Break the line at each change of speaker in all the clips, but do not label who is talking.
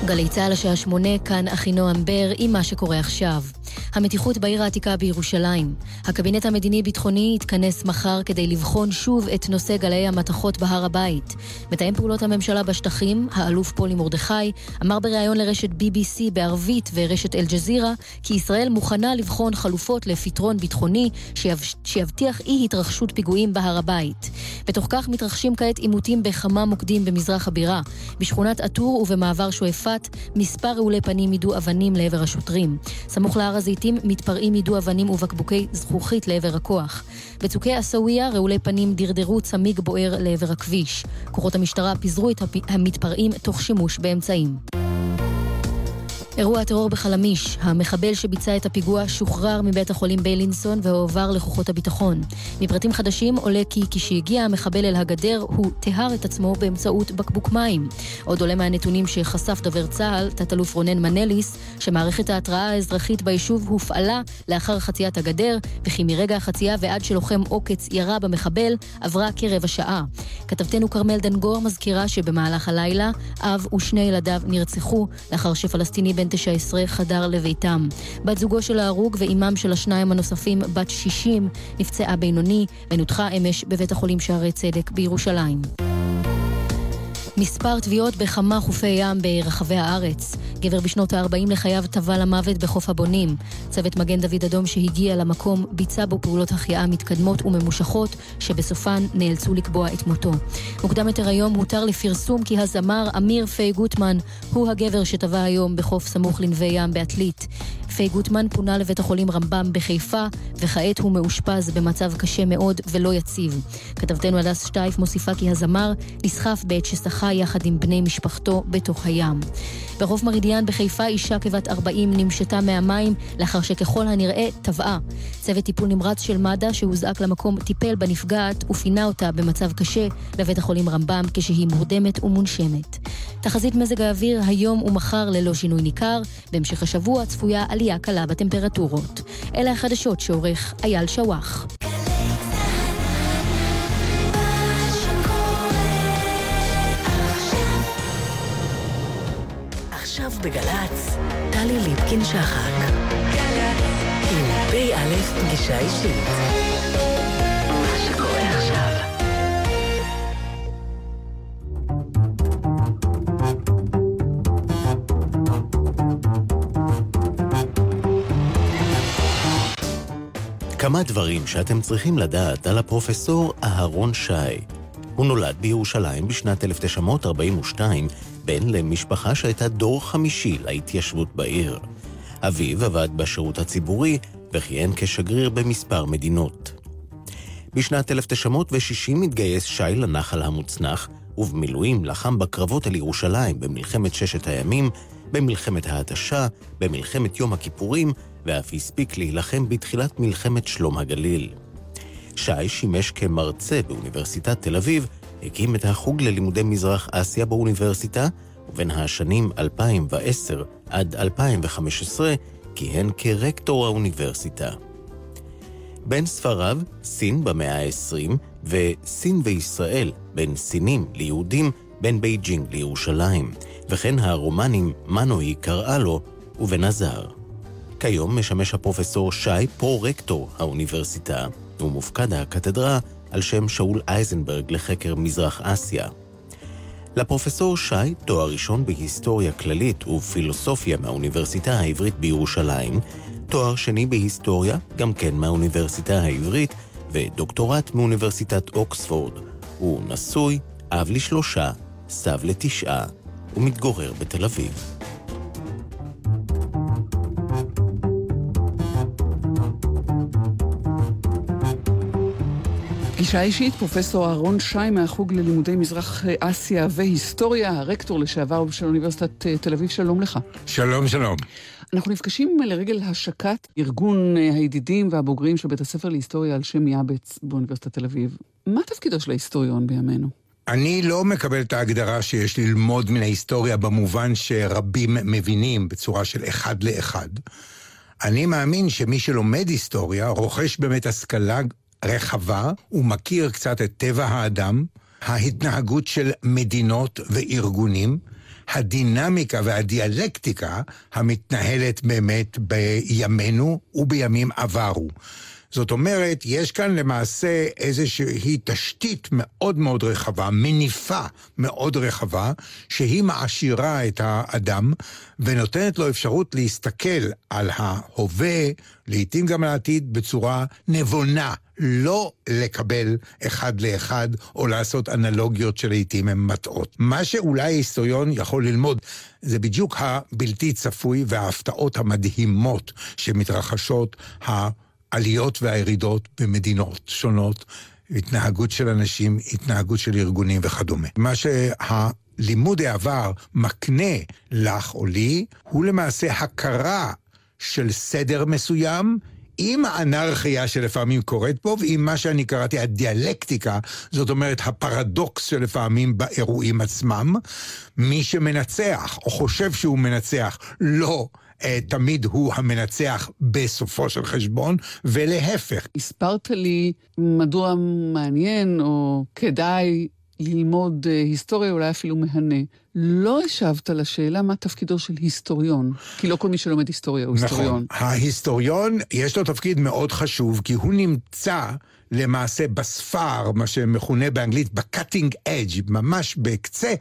גלי צהל השעה 8, כאן אחינועם בר עם מה שקורה עכשיו. המתיחות בעיר העתיקה בירושלים. הקבינט המדיני-ביטחוני יתכנס מחר כדי לבחון שוב את נושא גלי המתחות בהר הבית. מתאם פעולות הממשלה בשטחים, האלוף פולי מרדכי, אמר בריאיון לרשת BBC בערבית ורשת אל-ג'זירה, כי ישראל מוכנה לבחון חלופות לפתרון ביטחוני שיבטיח אי התרחשות פיגועים בהר הבית. בתוך כך מתרחשים כעת עימותים בכמה מוקדים במזרח הבירה. בשכונת עטור ובמעבר שואפת, מספר רעולי פנים יידו אבנים לעבר השוטרים. סמוך להר הזיתים מתפרעים יידו אבנים ובקבוקי זכוכית לעבר הכוח. בצוקי עסאוויה רעולי פנים דרדרו צמיג בוער לעבר הכביש. כוחות המשטרה פיזרו את המתפרעים תוך שימוש באמצעים. אירוע הטרור בחלמיש. המחבל שביצע את הפיגוע שוחרר מבית החולים ביילינסון והועבר לכוחות הביטחון. מפרטים חדשים עולה כי כשהגיע המחבל אל הגדר הוא תהר את עצמו באמצעות בקבוק מים. עוד עולה מהנתונים שחשף דובר צה"ל, תת-אלוף רונן מנליס, שמערכת ההתראה האזרחית ביישוב הופעלה לאחר חציית הגדר, וכי מרגע החצייה ועד שלוחם עוקץ ירה במחבל עברה כרבע שעה. כתבתנו קרמל דנגור מזכירה שבמהלך הלילה אב ושני ילדיו נרצחו לאחר שפלסטיני בן 19 חדר לביתם. בת זוגו של ההרוג ואימם של השניים הנוספים, בת 60, נפצעה בינוני ונותחה אמש בבית החולים שערי צדק בירושלים. מספר תביעות בכמה חופי ים ברחבי הארץ. גבר בשנות ה-40 לחייו טבע למוות בחוף הבונים. צוות מגן דוד אדום שהגיע למקום ביצע בו פעולות החייאה מתקדמות וממושכות שבסופן נאלצו לקבוע את מותו. מוקדם יותר היום הותר לפרסום כי הזמר אמיר פי גוטמן הוא הגבר שטבע היום בחוף סמוך לנווה ים בעתלית. פי גוטמן פונה לבית החולים רמב"ם בחיפה וכעת הוא מאושפז במצב קשה מאוד ולא יציב. כתבתנו הדס שטייף מוסיפה כי הזמר נסחף בעת ששחה יחד עם בני משפחתו בתוך הים. ברחוב מרידיאן בחיפה אישה כבת 40 נמשתה מהמים לאחר שככל הנראה טבעה. צוות טיפול נמרץ של מד"א שהוזעק למקום טיפל בנפגעת ופינה אותה במצב קשה לבית החולים רמב"ם כשהיא מורדמת ומונשמת. תחזית מזג האוויר היום ומחר ללא שינוי ניכר, בהמשך השבוע צפויה עלייה קלה בטמפרטורות. אלה החדשות שעורך אייל שווח.
עכשיו בגלץ, טלי ליפקין שחק. עם פ"א פגישה אישית. מה שקורה עכשיו.
כמה דברים שאתם צריכים לדעת על הפרופסור אהרון שי. הוא נולד בירושלים בשנת 1942, בן למשפחה שהייתה דור חמישי להתיישבות בעיר. אביו עבד בשירות הציבורי וכיהן כשגריר במספר מדינות. בשנת 1960 התגייס שי לנחל המוצנח, ובמילואים לחם בקרבות על ירושלים במלחמת ששת הימים, במלחמת ההתשה, במלחמת יום הכיפורים, ואף הספיק להילחם בתחילת מלחמת שלום הגליל. שי שימש כמרצה באוניברסיטת תל אביב, הקים את החוג ללימודי מזרח אסיה באוניברסיטה, ובין השנים 2010 עד 2015 כיהן כרקטור האוניברסיטה. בין ספריו, סין במאה ה-20 וסין וישראל, בין סינים ליהודים, בין בייג'ינג לירושלים, וכן הרומנים מנוי קראה לו ובנזר. כיום משמש הפרופסור שי פרו-רקטור האוניברסיטה, ומופקד הקתדרה על שם שאול אייזנברג לחקר מזרח אסיה. לפרופסור שי תואר ראשון בהיסטוריה כללית ופילוסופיה מהאוניברסיטה העברית בירושלים, תואר שני בהיסטוריה גם כן מהאוניברסיטה העברית, ודוקטורט מאוניברסיטת אוקספורד. הוא נשוי, אב ל3, סב ל9, ומתגורר בתל אביב.
פגישה אישית, פרופסור אהרון שי מהחוג ללימודי מזרח אסיה והיסטוריה, הרקטור לשעבר של אוניברסיטת תל אביב, שלום לך.
שלום, שלום.
אנחנו נפגשים לרגל השקת ארגון הידידים והבוגרים של בית הספר להיסטוריה על שם יעבץ באוניברסיטת תל אביב. מה תפקידו של ההיסטוריון בימינו?
אני לא מקבל את ההגדרה שיש ללמוד מן ההיסטוריה במובן שרבים מבינים בצורה של אחד לאחד. אני מאמין שמי שלומד היסטוריה רוכש באמת השכלה רחבה ומכיר קצת את טבע האדם, ההתנהגות של מדינות וארגונים, הדינמיקה והדיאלקטיקה המתנהלת באמת בימינו ובימים עברו. זאת אומרת, יש כאן למעשה איזושהי תשתית מאוד מאוד רחבה, מניפה מאוד רחבה, שהיא מעשירה את האדם, ונותנת לו אפשרות להסתכל על ההווה, לעתים גם על העתיד, בצורה נבונה, לא לקבל אחד לאחד, או לעשות אנלוגיות שלעתים הן מטעות. מה שאולי היסטוריון יכול ללמוד, זה בדיוק הבלתי צפוי, וההפתעות המדהימות שמתרחשות, העליות והירידות במדינות שונות, התנהגות של אנשים, התנהגות של ארגונים וכדומה. מה שהלימוד העבר מקנה לך או לי, הוא למעשה הכרה של סדר מסוים, עם האנרכיה שלפעמים קורית פה, ועם מה שאני קראתי הדיאלקטיקה, זאת אומרת הפרדוקס שלפעמים באירועים עצמם, מי שמנצח או חושב שהוא מנצח לא תמיד הוא המנצח בסופו של חשבון, ולהפך.
הסברת לי מדוע מעניין או כדאי ללמוד היסטוריה, אולי אפילו מהנה. לא השבת לשאלה מה תפקידו של היסטוריון, כי לא כל מי שלומד היסטוריה הוא היסטוריון.
נכון, ההיסטוריון יש לו תפקיד מאוד חשוב, כי הוא נמצא למעשה בספר, מה שמכונה באנגלית ב-cutting edge, ממש בקצה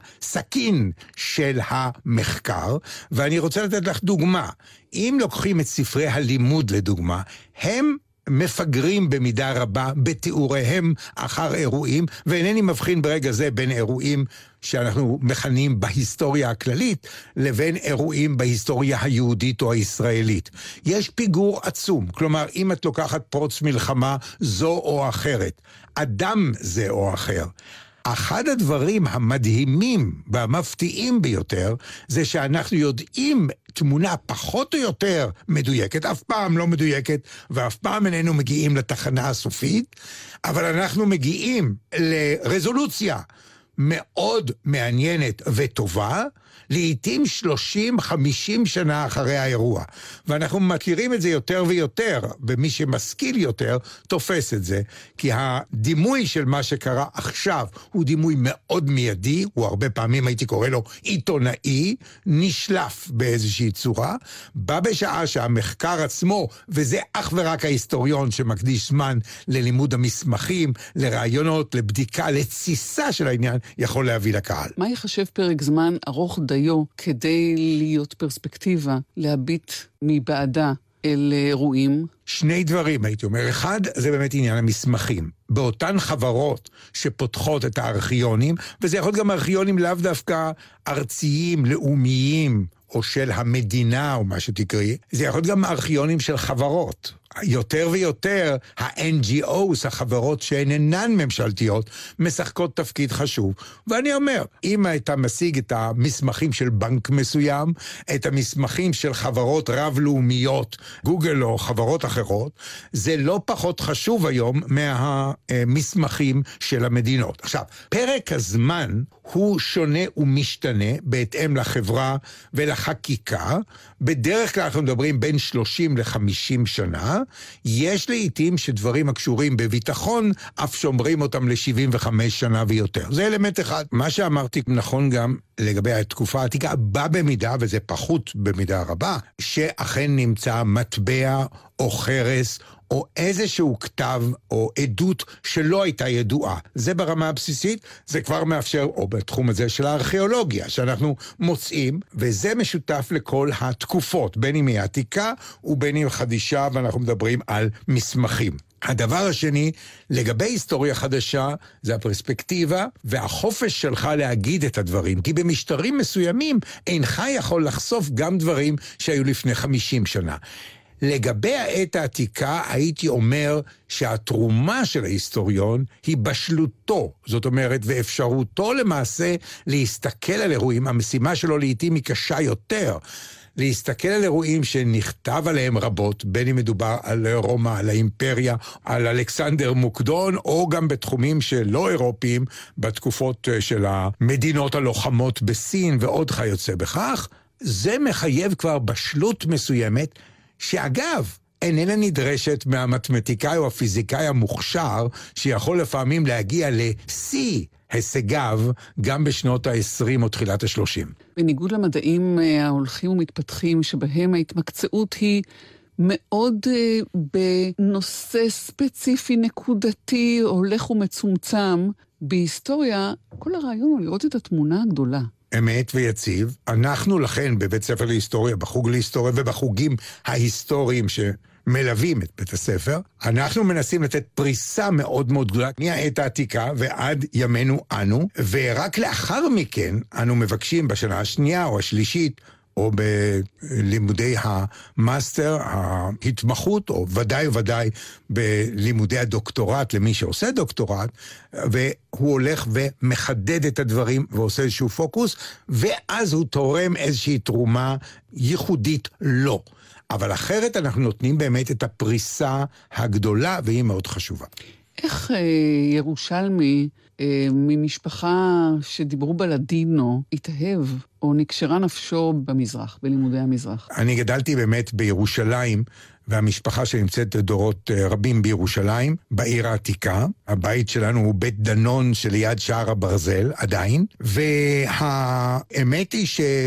הסכין של המחקר, ואני רוצה לתת לך דוגמה. אם לוקחים את ספרי הלימוד לדוגמה, הם מפגרים במידה רבה בתיאוריהם אחר אירועים, ואינני מבחין ברגע זה בין אירועים שאנחנו מכנים בהיסטוריה הכללית, לבין אירועים בהיסטוריה היהודית או הישראלית. יש פיגור עצום, כלומר, אם את לוקחת פרוץ מלחמה זו או אחרת, אדם זה או אחר, אחד הדברים המדהימים והמפתיעים ביותר, זה שאנחנו יודעים תמונה פחות או יותר מדויקת, אף פעם לא מדויקת, ואף פעם איננו מגיעים לתחנה הסופית, אבל אנחנו מגיעים לרזולוציה מאוד מעניינת וטובה, לעתים 30-50 שנה אחרי האירוע. ואנחנו מכירים את זה יותר ויותר, ומי שמשכיל יותר תופס את זה, כי הדימוי של מה שקרה עכשיו הוא דימוי מאוד מיידי, הוא הרבה פעמים הייתי קורא לו עיתונאי, נשלף באיזושהי צורה, בא בשעה שהמחקר עצמו, וזה אך ורק ההיסטוריון שמקדיש זמן ללימוד המסמכים, לרעיונות, לבדיקה, לתסיסה של העניין, יכול להביא לקהל.
מה יחשב פרק זמן ארוך דיו כדי להיות פרספקטיבה, להביט מבעדה אל אירועים?
שני דברים הייתי אומר. אחד, זה באמת עניין המסמכים. באותן חברות שפותחות את הארכיונים, וזה יכול להיות גם ארכיונים לאו דווקא ארציים, לאומיים, או של המדינה, או מה שתקראי, זה יכול להיות גם ארכיונים של חברות. יותר ויותר ה-NGOs, החברות שהן אינן ממשלתיות, משחקות תפקיד חשוב. ואני אומר, אם אתה משיג את המסמכים של בנק מסוים, את המסמכים של חברות רב-לאומיות, גוגל או חברות אחרות, זה לא פחות חשוב היום מהמסמכים של המדינות. עכשיו, פרק הזמן הוא שונה ומשתנה בהתאם לחברה ולחקיקה. בדרך כלל אנחנו מדברים בין 30 ל-50 שנה. יש לעתים שדברים הקשורים בביטחון, אף שומרים אותם ל-75 שנה ויותר. זה אלמנט אחד. מה שאמרתי נכון גם לגבי התקופה העתיקה, בא במידה, וזה פחות במידה רבה, שאכן נמצא מטבע או חרס, או איזשהו כתב או עדות שלא הייתה ידועה. זה ברמה הבסיסית, זה כבר מאפשר, או בתחום הזה של הארכיאולוגיה, שאנחנו מוצאים, וזה משותף לכל התקופות, בין אם היא עתיקה ובין אם חדישה, ואנחנו מדברים על מסמכים. הדבר השני, לגבי היסטוריה חדשה, זה הפרספקטיבה והחופש שלך להגיד את הדברים, כי במשטרים מסוימים אינך יכול לחשוף גם דברים שהיו לפני 50 שנה. לגבי העת העתיקה, הייתי אומר שהתרומה של ההיסטוריון היא בשלותו, זאת אומרת, ואפשרותו למעשה להסתכל על אירועים, המשימה שלו לעתים היא קשה יותר, להסתכל על אירועים שנכתב עליהם רבות, בין אם מדובר על רומא, על האימפריה, על אלכסנדר מוקדון, או גם בתחומים שלא אירופיים, בתקופות של המדינות הלוחמות בסין ועוד כיוצא בכך, זה מחייב כבר בשלות מסוימת, שאגב, איננה נדרשת מהמתמטיקאי או הפיזיקאי המוכשר, שיכול לפעמים להגיע לשיא הישגיו גם בשנות ה-20 או תחילת ה-30.
בניגוד למדעים ההולכים ומתפתחים, שבהם ההתמקצעות היא מאוד בנושא ספציפי, נקודתי, הולך ומצומצם, בהיסטוריה, כל הרעיון הוא לראות את התמונה הגדולה.
אמת ויציב. אנחנו לכן בבית ספר להיסטוריה, בחוג להיסטוריה ובחוגים ההיסטוריים שמלווים את בית הספר, אנחנו מנסים לתת פריסה מאוד מאוד גדולה מהעת העתיקה ועד ימינו אנו, ורק לאחר מכן אנו מבקשים בשנה השנייה או השלישית, או בלימודי המאסטר, ההתמחות, או ודאי בלימודי הדוקטורט, למי שעושה דוקטורט, והוא הולך ומחדד את הדברים ועושה איזשהו פוקוס, ואז הוא תורם איזושהי תרומה ייחודית לו. אבל אחרת אנחנו נותנים באמת את הפריסה הגדולה, והיא מאוד חשובה.
איך ירושלמי ממשפחה שדיברו בלדינו התאהב או נקשרה נפשו במזרח, בלימודי המזרח?
אני גדלתי באמת בירושלים, והמשפחה שנמצאת דורות רבים בירושלים, בעיר העתיקה. הבית שלנו הוא בית דנון שליד שער הברזל, עדיין. והאמת היא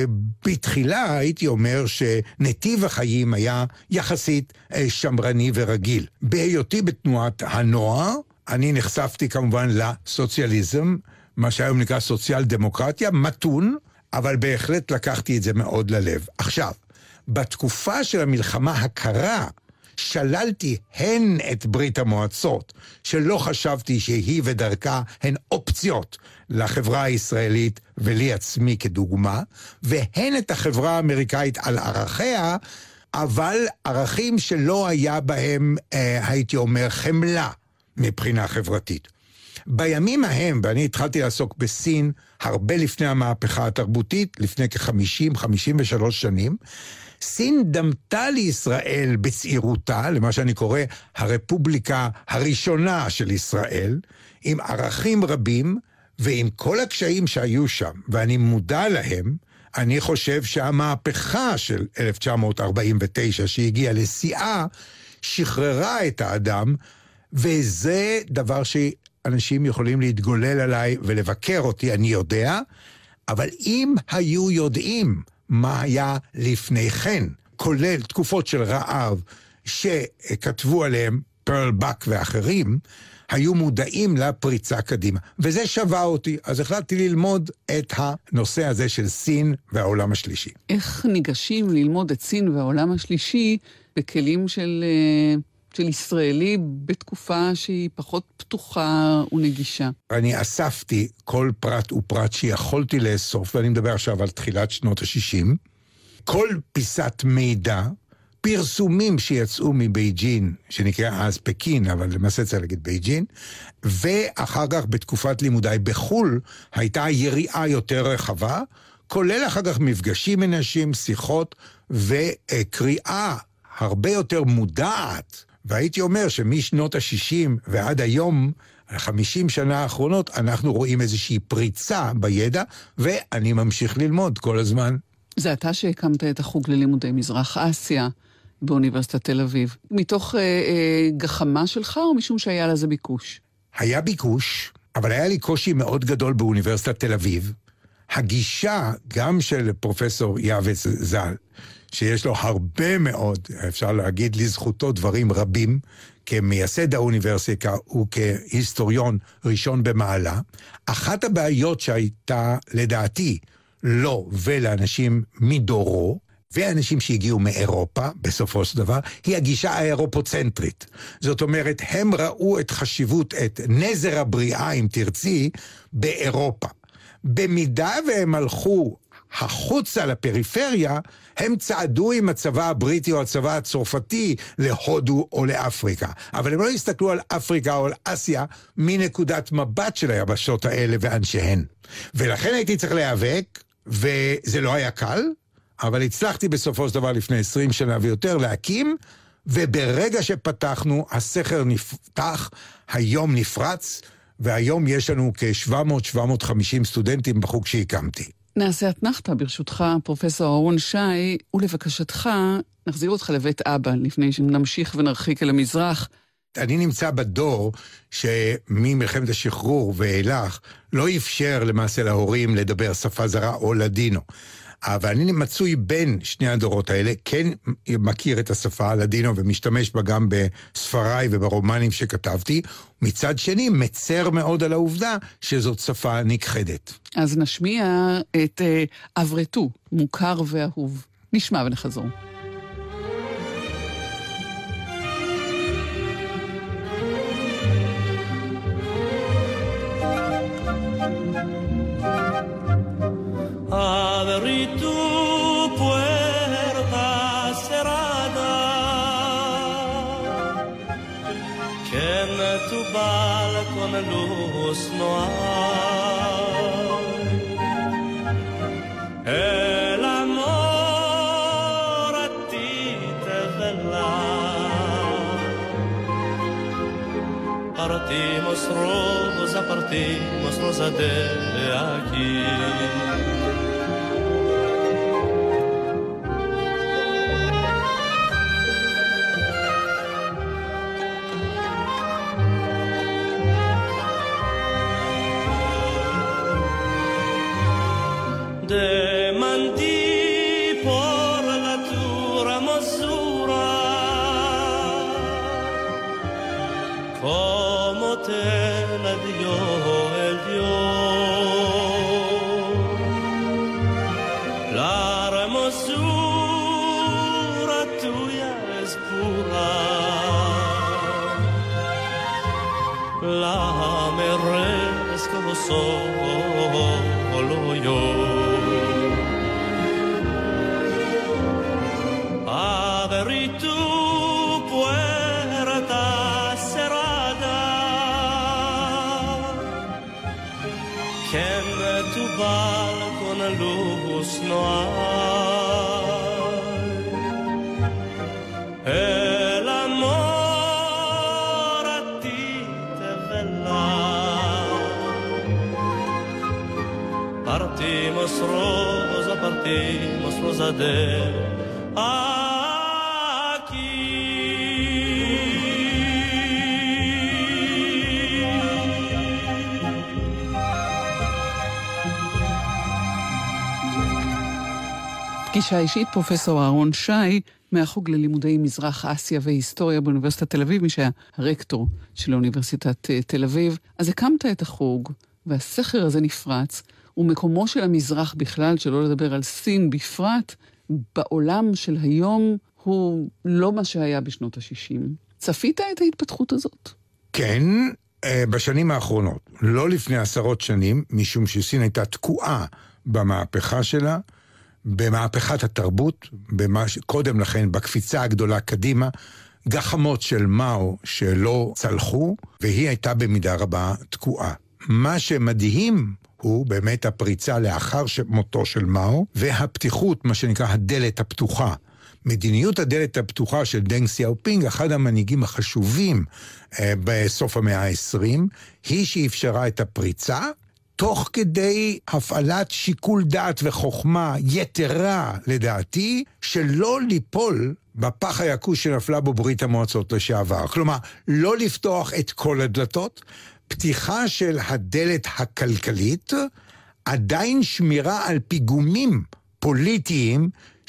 שבתחילה הייתי אומר שנתיב החיים היה יחסית שמרני ורגיל. בהיותי בתנועת הנוער, אני נחשפתי כמובן לסוציאליזם, מה שהיום נקרא סוציאל דמוקרטיה, מתון, אבל בהחלט לקחתי את זה מאוד ללב. עכשיו, בתקופה של המלחמה הקרה, שללתי הן את ברית המועצות, שלא חשבתי שהיא ודרכה הן אופציות לחברה הישראלית ולי עצמי כדוגמה, והן את החברה האמריקאית על ערכיה, אבל ערכים שלא היה בהם, הייתי אומר, חמלה מבחינה חברתית. בימים ההם, ואני התחלתי לעסוק בסין הרבה לפני המהפכה התרבותית, לפני כ-50-53 שנים, סין דמתה לישראל בצעירותה, למה שאני קורא הרפובליקה הראשונה של ישראל, עם ערכים רבים ועם כל הקשיים שהיו שם, ואני מודע להם. אני חושב שהמהפכה של 1949 שהגיעה לשיאה, שחררה את האדם, וזה דבר שאנשים יכולים להתגולל עליי ולבקר אותי, אני יודע, אבל אם היו יודעים מה היה לפני כן, כולל תקופות של רעב שכתבו עליהם פרל בק ואחרים, היו מודעים לפריצה קדימה. וזה שווה אותי, אז החלטתי ללמוד את הנושא הזה של סין והעולם השלישי.
איך ניגשים ללמוד את סין והעולם השלישי בכלים של ישראלי בתקופה שהיא פחות פתוחה ונגישה?
אני אספתי כל פרט ופרט שיכולתי לאסוף, ואני מדבר עכשיו על תחילת שנות ה-60, כל פיסת מידע, פרסומים שיצאו מבייג'ין, שנקרא אז פקין, אבל למעשה צריך להגיד בייג'ין, ואחר כך בתקופת לימודיי בחול, הייתה יריעה יותר רחבה, כולל אחר כך מפגשים עם אנשים, שיחות וקריאה הרבה יותר מודעת, והייתי אומר שמשנות ה-60 ועד היום, 50 שנה האחרונות, אנחנו רואים איזושהי פריצה בידע, ואני ממשיך ללמוד כל הזמן.
זה אתה שהקמת את החוג ללימודי מזרח אסיה באוניברסיטת תל אביב. מתוך גחמה שלך או משום שהיה לזה ביקוש?
היה ביקוש, אבל היה לי קושי מאוד גדול באוניברסיטת תל אביב. הגישה גם של פרופסור יעבץ ז"ל, שיש לו הרבה מאוד, אפשר להגיד לזכותו דברים רבים, כמייסד האוניברסיטה וכהיסטוריון ראשון במעלה. אחת הבעיות שהייתה לדעתי לו ולאנשים מדורו, ואנשים שהגיעו מאירופה, בסופו של דבר, היא הגישה האירופוצנטרית. זאת אומרת, הם ראו את חשיבות, את נזר הבריאה, אם תרצי, באירופה. במידה והם הלכו החוצה לפריפריה, הם צעדו עם הצבא הבריטי או הצבא הצרפתי להודו או לאפריקה. אבל הם לא הסתכלו על אפריקה או על אסיה מנקודת מבט של היבשות האלה ואנשיהן. ולכן הייתי צריך להיאבק, וזה לא היה קל, אבל הצלחתי בסופו של דבר לפני 20 שנה ויותר להקים, וברגע שפתחנו, הסכר נפתח, היום נפרץ, והיום יש לנו כ-700-750 סטודנטים בחוג שהקמתי.
נעשה אתנחתא, ברשותך, פרופסור אהרון שי, ולבקשתך, נחזיר אותך לבית אבא, לפני שנמשיך ונרחיק אל המזרח,
אני נמצא בדור שממלחמת השחרור ואילך לא אפשר למעשה להורים לדבר שפה זרה או לדינו. אבל אני מצוי בין שני הדורות האלה, כן מכיר את השפה הלדינו ומשתמש בה גם בספריי וברומנים שכתבתי, מצד שני מצר מאוד על העובדה שזאת שפה נכחדת.
אז נשמיע את אברטו, מוכר ואהוב. נשמע ונחזור.
Abrí tu puerta cerrada, que en tu balcón luz no hay. El amor a ti te vela. Partimos rosa de aquí. Demandì por la tua hermosura, como te la dio el Dios. La hermosura tuya es pura, la merezco solo yo. Abrí tu puerta cerrada, que en tu balcón luz no hay. El amor a ti te vela. Partimos rosa de
פגישה אישית, פרופסור אהרון שי, מהחוג ללימודי מזרח אסיה והיסטוריה באוניברסיטת תל אביב, מי שהיה הרקטור של אוניברסיטת תל אביב. אז הקמת את החוג, והסכר הזה נפרץ, ומקומו של המזרח בכלל, שלא לדבר על סין בפרט, בעולם של היום הוא לא מה שהיה בשנות ה-60. צפית את ההתפתחות הזאת?
כן, בשנים האחרונות. לא לפני 10 שנים, משום שסין הייתה תקועה במהפכה שלה, במהפכת התרבות, קודם לכן בקפיצה הגדולה קדימה, גחמות של מאו שלא צלחו, והיא הייתה במידה רבה תקועה. מה שמדהים הוא באמת הפריצה לאחר מותו של מאו, והפתיחות, מה שנקרא הדלת הפתוחה. מדיניות הדלת הפתוחה של דנג סיאופינג, אחד המנהיגים החשובים בסוף המאה ה-20, היא שאפשרה את הפריצה, תוך כדי הפעלת שיקול דעת וחוכמה יתרה, לדעתי, שלא ליפול בפח היקוש שנפלה בו ברית המועצות לשעבר. כלומר, לא לפתוח את כל הדלתות, פתיחה של הדלת הכלכלית, עדיין שמירה על פיגומים פוליטיים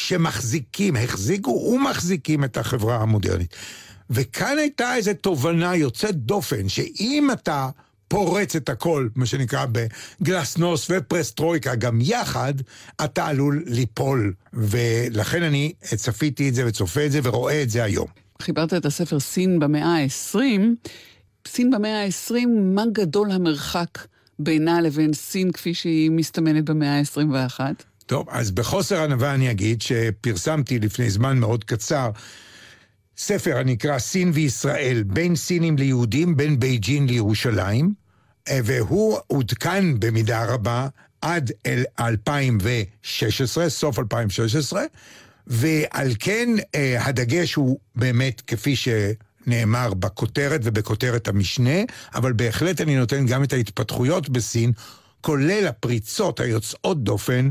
החזיקו ומחזיקים את החברה המודרנית. וכאן הייתה איזו תובנה יוצאת דופן, שאם אתה פורץ את הכל, מה שנקרא בגלסנוסט ופרסטרויקה גם יחד, אתה עלול ליפול. ולכן אני צפיתי את זה וצופה את זה ורואה את זה היום.
חיברת את הספר סין במאה ה-20. סין במאה ה-20, מה גדול המרחק בינה לבין סין כפי שהיא מסתמנת במאה ה-21?
טוב, אז בחוסר ענווה אני אגיד שפרסמתי לפני זמן מאוד קצר ספר הנקרא סין וישראל, בין סינים ליהודים, בין בייג'ין לירושלים, והוא עודכן במידה רבה עד 2016, סוף 2016, ועל כן הדגש הוא באמת כפי שנאמר בכותרת ובכותרת המשנה, אבל בהחלט אני נותן גם את ההתפתחויות בסין, כולל הפריצות היוצאות דופן,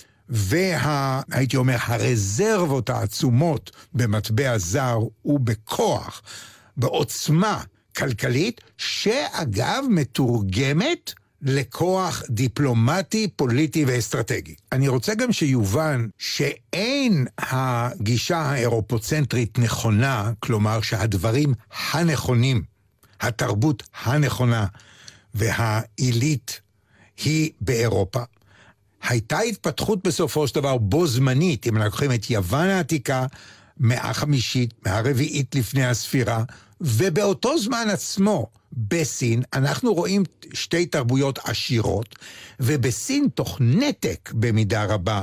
והייתי אומר, הרזרבות העצומות במטבע זר ובכוח בעוצמה כלכלית, שאגב מתורגמת לכוח דיפלומטי, פוליטי ואסטרטגי. אני רוצה גם שיובן שאין הגישה האירופוצנטרית נכונה, כלומר שהדברים הנכונים, התרבות הנכונה והעילית היא באירופה. הייתה התפתחות בסופו של דבר בו זמנית, אם אנחנו לוקחים את יוון העתיקה, מאה חמישית, מאה רביעית לפני הספירה, ובאותו זמן עצמו, בסין, אנחנו רואים שתי תרבויות עשירות, ובסין תוך נתק במידה רבה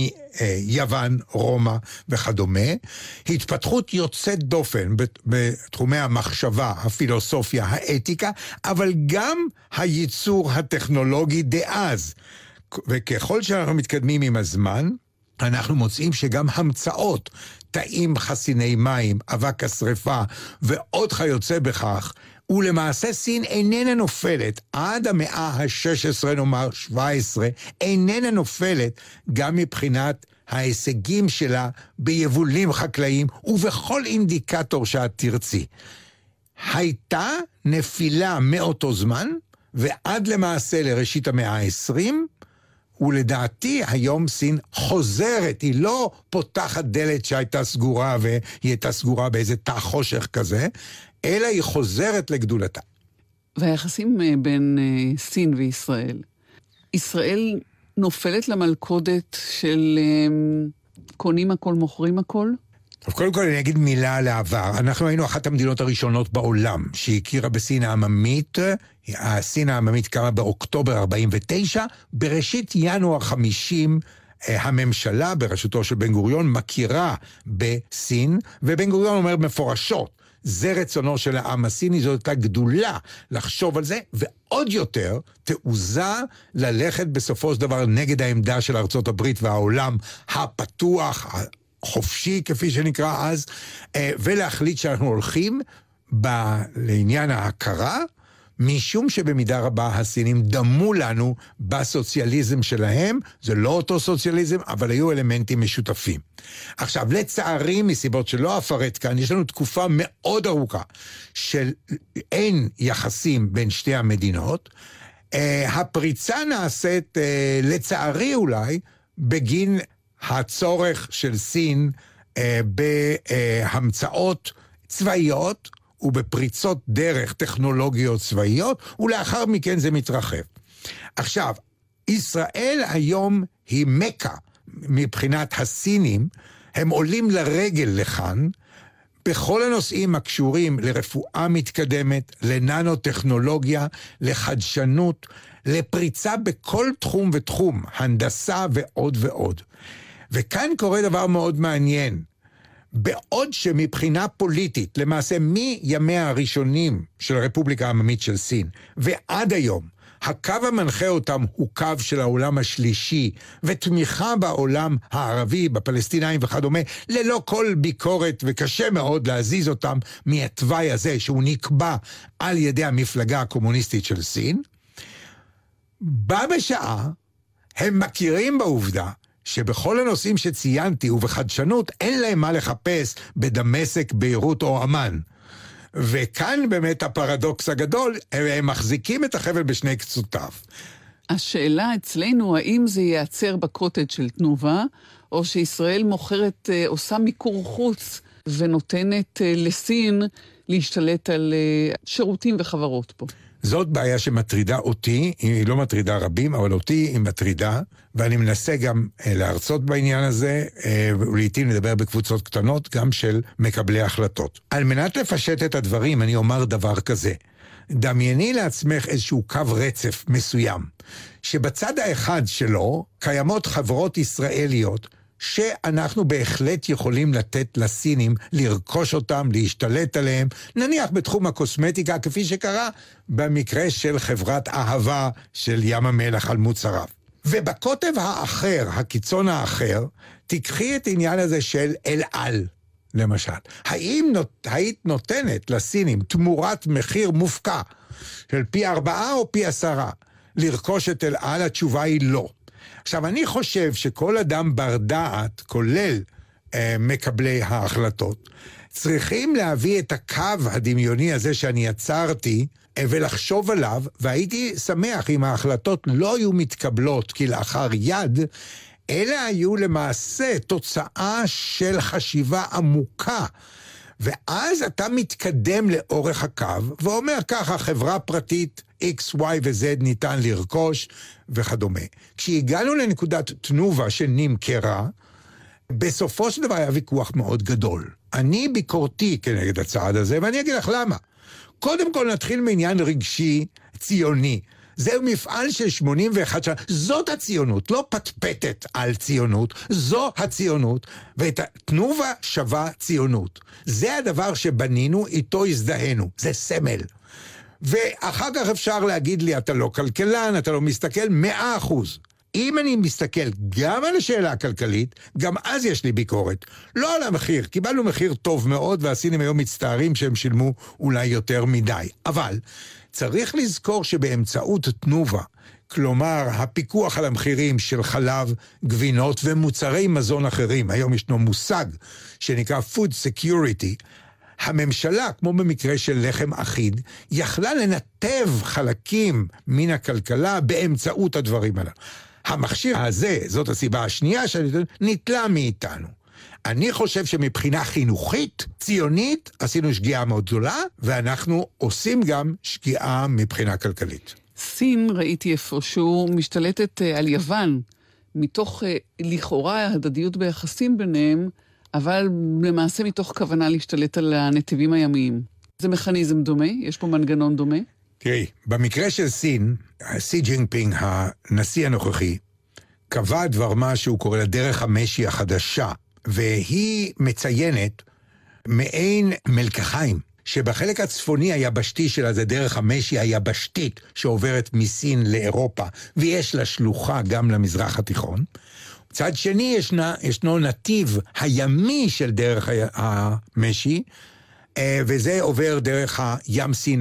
מיוון, רומא וכדומה, התפתחות יוצאת דופן בתחומי המחשבה, הפילוסופיה, האתיקה, אבל גם הייצור הטכנולוגי דאז. וככל שאנחנו מתקדמים עם הזמן, אנחנו מוצאים שגם המצאות, תאים חסיני מים, אבק השריפה ועוד כיוצא בכך, ולמעשה סין איננה נופלת, עד המאה ה-16, נאמר 17, איננה נופלת גם מבחינת ההישגים שלה ביבולים חקלאיים ובכל אינדיקטור שאת תרצי. הייתה נפילה מאותו זמן ועד למעשה לראשית המאה ה-20, ולדעתי היום סין חוזרת, היא לא פותחת דלת שהייתה סגורה והיא הייתה סגורה באיזה תא חושך כזה, אלא היא חוזרת לגדולתה.
והיחסים בין סין וישראל, ישראל נופלת למלכודת של קונים הכל, מוכרים הכל?
טוב, קודם כל אני אגיד מילה על העבר. אנחנו היינו אחת המדינות הראשונות בעולם שהכירה בסין העממית. הסין העממית קמה באוקטובר 49, בראשית ינואר 50 הממשלה בראשותו של בן גוריון מכירה בסין, ובן גוריון אומר מפורשות, זה רצונו של העם הסיני, זאת הייתה גדולה לחשוב על זה, ועוד יותר תעוזה ללכת בסופו של דבר נגד העמדה של ארצות הברית והעולם הפתוח, חופשי כפי שנקרא אז, ולהחליט שאנחנו הולכים לעניין ההכרה, משום שבמידה רבה הסינים דמו לנו בסוציאליזם שלהם, זה לא אותו סוציאליזם, אבל היו אלמנטים משותפים. עכשיו, לצערי, מסיבות שלא אפרט כאן, יש לנו תקופה מאוד ארוכה של אין יחסים בין שתי המדינות. הפריצה נעשית, לצערי אולי, בגין הצורך של סין בהמצאות צבאיות ובפריצות דרך טכנולוגיות צבאיות, ולאחר מכן זה מתרחב. עכשיו, ישראל היום היא מקה מבחינת הסינים, הם עולים לרגל לכאן, בכל הנושאים הקשורים לרפואה מתקדמת, לננו-טכנולוגיה, לחדשנות, לפריצה בכל תחום ותחום, הנדסה ועוד ועוד. וכאן קורה דבר מאוד מעניין. בעוד שמבחינה פוליטית, למעשה מימיה הראשונים של הרפובליקה העממית של סין, ועד היום, הקו המנחה אותם הוא קו של העולם השלישי, ותמיכה בעולם הערבי, בפלסטינאים וכדומה, ללא כל ביקורת, וקשה מאוד להזיז אותם מהתוואי הזה, שהוא נקבע על ידי המפלגה הקומוניסטית של סין, בה בשעה הם מכירים בעובדה, שבכל הנושאים שציינתי ובחדשנות אין להם מה לחפש בדמשק, ביירות או אמן. וכאן באמת הפרדוקס הגדול, הם מחזיקים את החבל בשני קצותיו.
השאלה אצלנו, האם זה ייעצר בקוטג' של תנובה, או שישראל מוכרת, עושה מיקור חוץ ונותנת לסין להשתלט על שירותים וחברות פה.
זאת בעיה שמטרידה אותי, היא לא מטרידה רבים, אבל אותי היא מטרידה, ואני מנסה גם להרצות בעניין הזה, ולעיתים לדבר בקבוצות קטנות, גם של מקבלי החלטות. על מנת לפשט את הדברים, אני אומר דבר כזה. דמייני לעצמך איזשהו קו רצף מסוים, שבצד האחד שלו קיימות חברות ישראליות, שאנחנו בהחלט יכולים לתת לסינים, לרכוש אותם, להשתלט עליהם, נניח בתחום הקוסמטיקה, כפי שקרה במקרה של חברת אהבה של ים המלח על מוצריו. ובקוטב האחר, הקיצון האחר, תקחי את העניין הזה של אל על, למשל. האם היית נותנת לסינים תמורת מחיר מופקע, של פי 4 או פי 10, לרכוש את אל על? התשובה היא לא. עכשיו, אני חושב שכל אדם בר דעת, כולל מקבלי ההחלטות, צריכים להביא את הקו הדמיוני הזה שאני יצרתי, ולחשוב עליו, והייתי שמח אם ההחלטות לא היו מתקבלות כלאחר יד, אלא היו למעשה תוצאה של חשיבה עמוקה. ואז אתה מתקדם לאורך הקו, ואומר ככה, חברה פרטית X, Y ו-Z ניתן לרכוש וכדומה. כשהגענו לנקודת תנובה שנמכרה, בסופו של דבר היה ויכוח מאוד גדול. אני ביקורתי כנגד הצעד הזה, ואני אגיד לך למה. קודם כל נתחיל מעניין רגשי ציוני. זהו מפעל של 81 שנה, זאת הציונות, לא פטפטת על ציונות, זו הציונות, ואת תנובה שווה ציונות. זה הדבר שבנינו, איתו הזדהנו, זה סמל. ואחר כך אפשר להגיד לי, אתה לא כלכלן, אתה לא מסתכל 100%. אם אני מסתכל גם על השאלה הכלכלית, גם אז יש לי ביקורת. לא על המחיר, קיבלנו מחיר טוב מאוד, והסינים היום מצטערים שהם שילמו אולי יותר מדי. אבל צריך לזכור שבאמצעות תנובה, כלומר הפיקוח על המחירים של חלב, גבינות ומוצרי מזון אחרים, היום ישנו מושג שנקרא food security, הממשלה, כמו במקרה של לחם אחיד, יכלה לנתב חלקים מן הכלכלה באמצעות הדברים האלה. המכשיר הזה, זאת הסיבה השנייה נתלה מאיתנו. אני חושב שמבחינה חינוכית, ציונית, עשינו שגיאה מאוד גדולה, ואנחנו עושים גם שגיאה מבחינה כלכלית.
סין, ראיתי איפשהו, משתלטת על יוון, מתוך לכאורה הדדיות ביחסים ביניהם, אבל למעשה מתוך כוונה להשתלט על הנתיבים הימיים. זה מכניזם דומה? יש פה מנגנון דומה?
תראי, במקרה של סין, סי ג'ינפינג, הנשיא הנוכחי, קבע דבר מה שהוא קורא לדרך המשי החדשה, והיא מציינת מעין מלקחיים, שבחלק הצפוני היבשתי שלה זה דרך המשי היבשתית שעוברת מסין לאירופה, ויש לה שלוחה גם למזרח התיכון. צד שני ישנו נתיב הימי של דרך המשי, וזה עובר דרך הים סין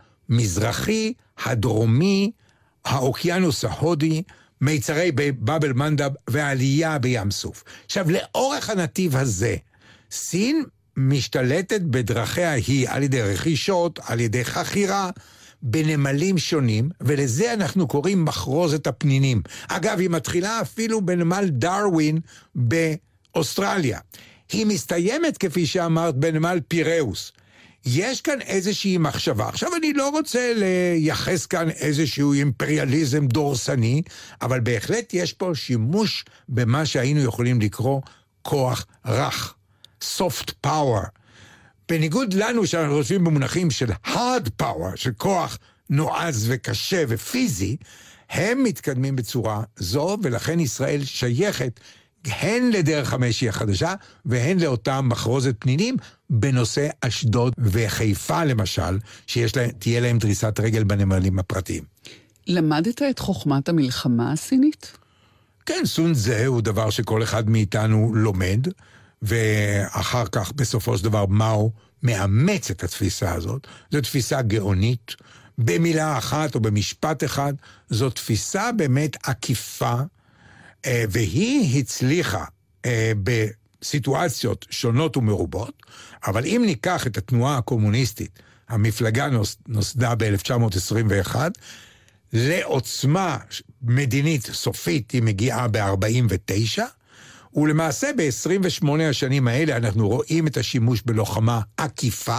המזרחי, הדרומי, האוקיינוס ההודי, מיצרי בבל מנדב והעלייה בים סוף. עכשיו, לאורך הנתיב הזה, סין משתלטת בדרכיה היא על ידי רכישות, על ידי חכירה, בנמלים שונים, ולזה אנחנו קוראים מחרוזת הפנינים. אגב, היא מתחילה אפילו בנמל דרווין באוסטרליה. היא מסתיימת, כפי שאמרת, בנמל פיראוס. יש כאן איזושהי מחשבה. עכשיו אני לא רוצה לייחס כאן איזשהו אימפריאליזם דורסני, אבל בהחלט יש פה שימוש במה שהיינו יכולים לקרוא כוח רך, soft power. בניגוד לנו שאנחנו חושבים במונחים של hard power, של כוח נועז וקשה ופיזי, הם מתקדמים בצורה זו, ולכן ישראל שייכת הן לדרך המשי החדשה, והן לאותם מחרוזת פנינים, בנושא אשדוד וחיפה למשל, שתהיה להם דריסת רגל בנמלים הפרטיים.
למדת את חוכמת המלחמה הסינית?
כן, סון זה הוא דבר שכל אחד מאיתנו לומד, ואחר כך בסופו של דבר מאו מאמץ את התפיסה הזאת. זו תפיסה גאונית, במילה אחת או במשפט אחד, זו תפיסה באמת עקיפה, והיא הצליחה בסיטואציות שונות ומרובות, אבל אם ניקח את התנועה הקומוניסטית, המפלגה נוסדה ב-1921, לעוצמה מדינית סופית היא מגיעה ב-49, ולמעשה ב-28 השנים האלה אנחנו רואים את השימוש בלוחמה עקיפה,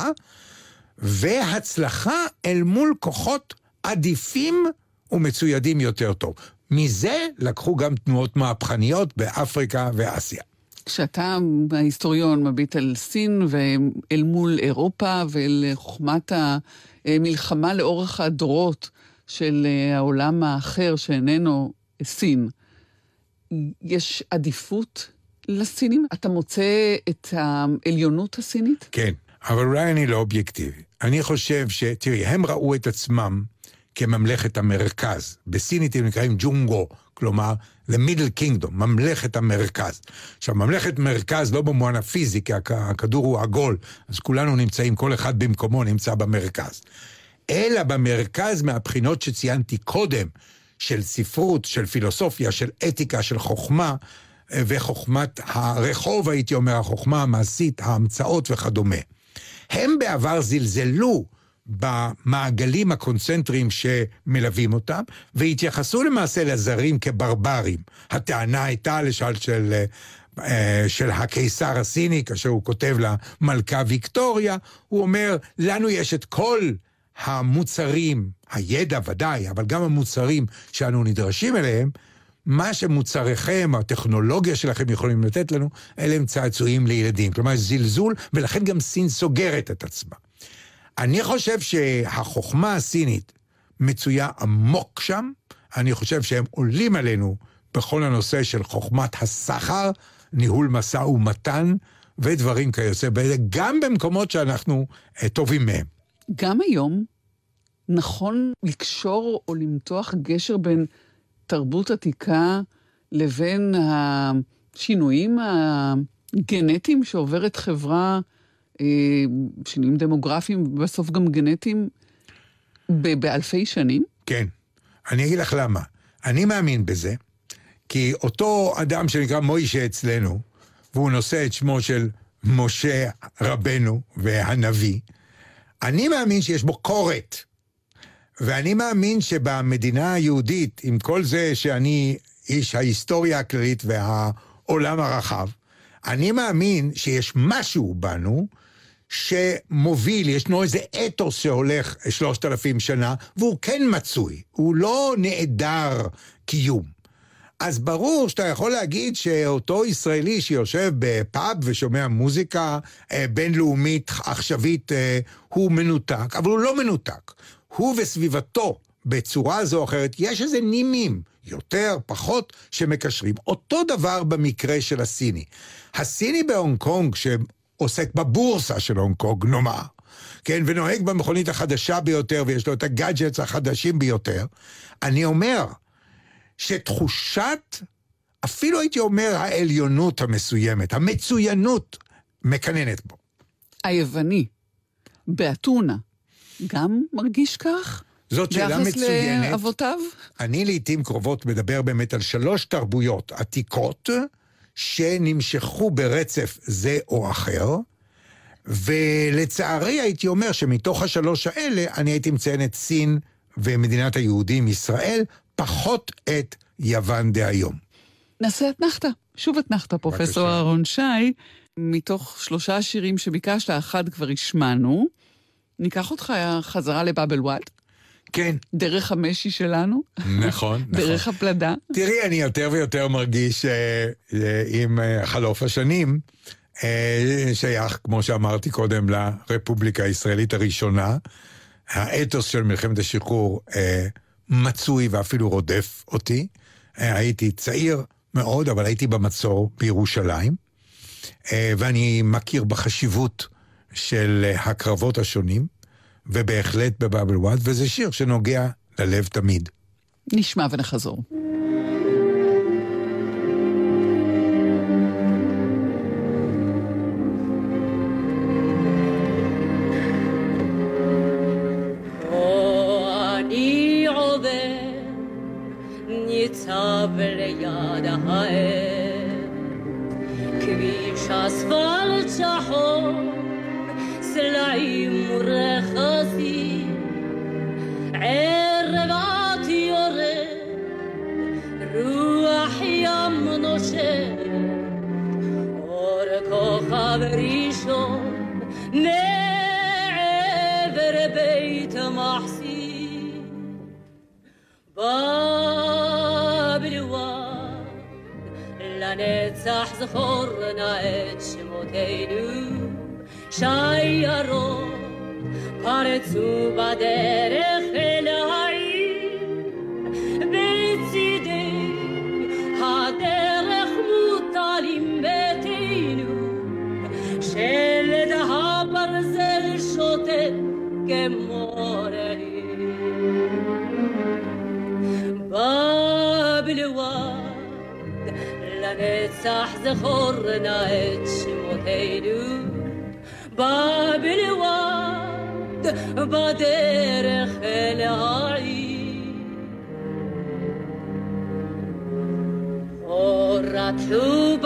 והצלחה אל מול כוחות עדיפים ומצוידים יותר טוב. מזה לקחו גם תנועות מהפכניות באפריקה ואסיה.
כשאתה ההיסטוריון מביט על סין ואל מול אירופה ואל חוכמת המלחמה לאורך הדורות של העולם האחר שאיננו סין, יש עדיפות לסינים? אתה מוצא את העליונות הסינית?
כן, אבל אולי אני לא אובייקטיבי. אני חושב תראי, הם ראו את עצמם כממלכת המרכז. בסינית הם נקראים ג'ונגו, כלומר, the middle kingdom, ממלכת המרכז. עכשיו, ממלכת מרכז לא במובן הפיזי, כי הכדור הוא עגול, אז כולנו נמצאים, כל אחד במקומו נמצא במרכז. אלא במרכז מהבחינות שציינתי קודם, של ספרות, של פילוסופיה, של אתיקה, של חוכמה, וחוכמת הרחוב, הייתי אומר, החוכמה המעשית, ההמצאות וכדומה. הם בעבר זלזלו במעגלים הקונצנטריים שמלווים אותם, והתייחסו למעשה לזרים כברברים. הטענה הייתה לשאל של הקיסר הסיני, כאשר הוא כותב למלכה ויקטוריה, הוא אומר, לנו יש את כל המוצרים, הידע ודאי, אבל גם המוצרים שאנו נדרשים אליהם, מה שמוצריכם, הטכנולוגיה שלכם יכולים לתת לנו, אלה הם צעצועים לילדים. כלומר, זלזול, ולכן גם סין סוגרת את עצמה. אני חושב שהחוכמה הסינית מצויה עמוק שם, אני חושב שהם עולים עלינו בכל הנושא של חוכמת הסחר, ניהול משא ומתן, ודברים כיוצא, גם במקומות שאנחנו טובים מהם.
גם היום נכון לקשור או למתוח גשר בין תרבות עתיקה לבין השינויים הגנטיים שעוברת חברה, שינויים דמוגרפיים, בסוף גם גנטיים, באלפי שנים?
כן. אני אגיד לך למה. אני מאמין בזה, כי אותו אדם שנקרא מוישה אצלנו, והוא נושא את שמו של משה רבנו והנביא, אני מאמין שיש בו קורת. ואני מאמין שבמדינה היהודית, עם כל זה שאני איש ההיסטוריה הכללית והעולם הרחב, אני מאמין שיש משהו בנו שמוביל, ישנו איזה אתוס שהולך 3,000 שנה, והוא כן מצוי, הוא לא נעדר קיום. אז ברור שאתה יכול להגיד שאותו ישראלי שיושב בפאב ושומע מוזיקה בינלאומית עכשווית, הוא מנותק, אבל הוא לא מנותק. הוא וסביבתו בצורה זו או אחרת, יש איזה נימים, יותר, פחות, שמקשרים. אותו דבר במקרה של הסיני. הסיני בהונג קונג, שעוסק בבורסה של הונג קונג, נאמר, כן, ונוהג במכונית החדשה ביותר, ויש לו את הגאדג'טס החדשים ביותר, אני אומר, שתחושת, אפילו הייתי אומר, העליונות המסוימת, המצוינות, מקננת בו.
היווני, באתונה, גם מרגיש כך?
זאת שאלה מצוינת.
ביחס לאבותיו?
אני לעתים קרובות מדבר באמת על 3 תרבויות עתיקות, שנמשכו ברצף זה או אחר, ולצערי הייתי אומר שמתוך 3 האלה, אני הייתי מציין את סין ומדינת היהודים, ישראל, פחות את יוון דהיום.
נעשה אתנחתא, שוב אתנחתא, פרופסור אהרון שי, מתוך 3 שירים שביקשת, אחד כבר השמענו, ניקח אותך חזרה לבאבל וואד.
כן.
דרך המשי שלנו.
נכון.
דרך הפלדה.
תראי, אני יותר ויותר מרגיש עם חלוף השנים, שייך, כמו שאמרתי קודם, לרפובליקה הישראלית הראשונה, האתוס של מלחמת השחרור מצוי ואפילו רודף אותי. הייתי צעיר מאוד, אבל הייתי במצור בירושלים, ואני מכיר בחשיבות של הקרבות השונים, ובהחלט בבאבל וואד, וזה שיר שנוגע ללב תמיד.
נשמע ונחזור.
ניצב ליד הער, כביש אספלט שחור, סלעים ורכסים, ערב יורד, רוח ים נושבת, אור כוכב ראשון, מעבר בית מחסים, בבלוואד, לנצח זכורנה את שמותינו, שיירות פרצו בדרך אל העיר, בצידי הדרך מוטלים ביתנו, שלד הברזל שוטט כמו רעיר. בבלוואד, לנצח זכורנה את שמותינו, בבלוואד, בדרך אל העיר. אורת שטו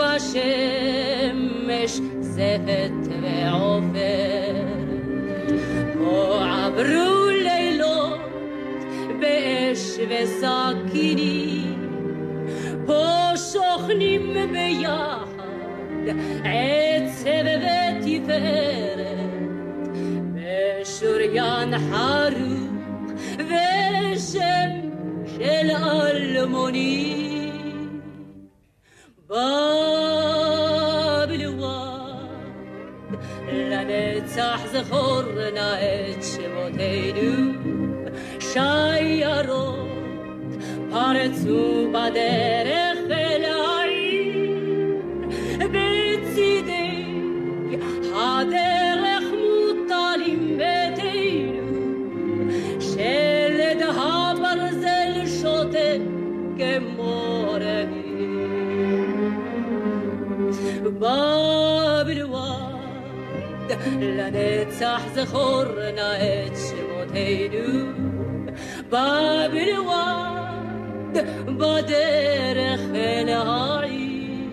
בשמש זפת ועופרת, פה עברו לילות באש וסכינים, פה שוכנים ביחד עצב ותפארת, בשוריין חרוך ושם של אלמוני. בבלוואד לנצח זכורנה את שמותינו, שיירות פרצו בדרך אל העיר, בצידי הדרך מוטלים ביתנו, שלד הברזל שותק כמו רגיל. בבלוואד לנצח זכורנה את שמותינו, בבלוואד בדרך אל העיר.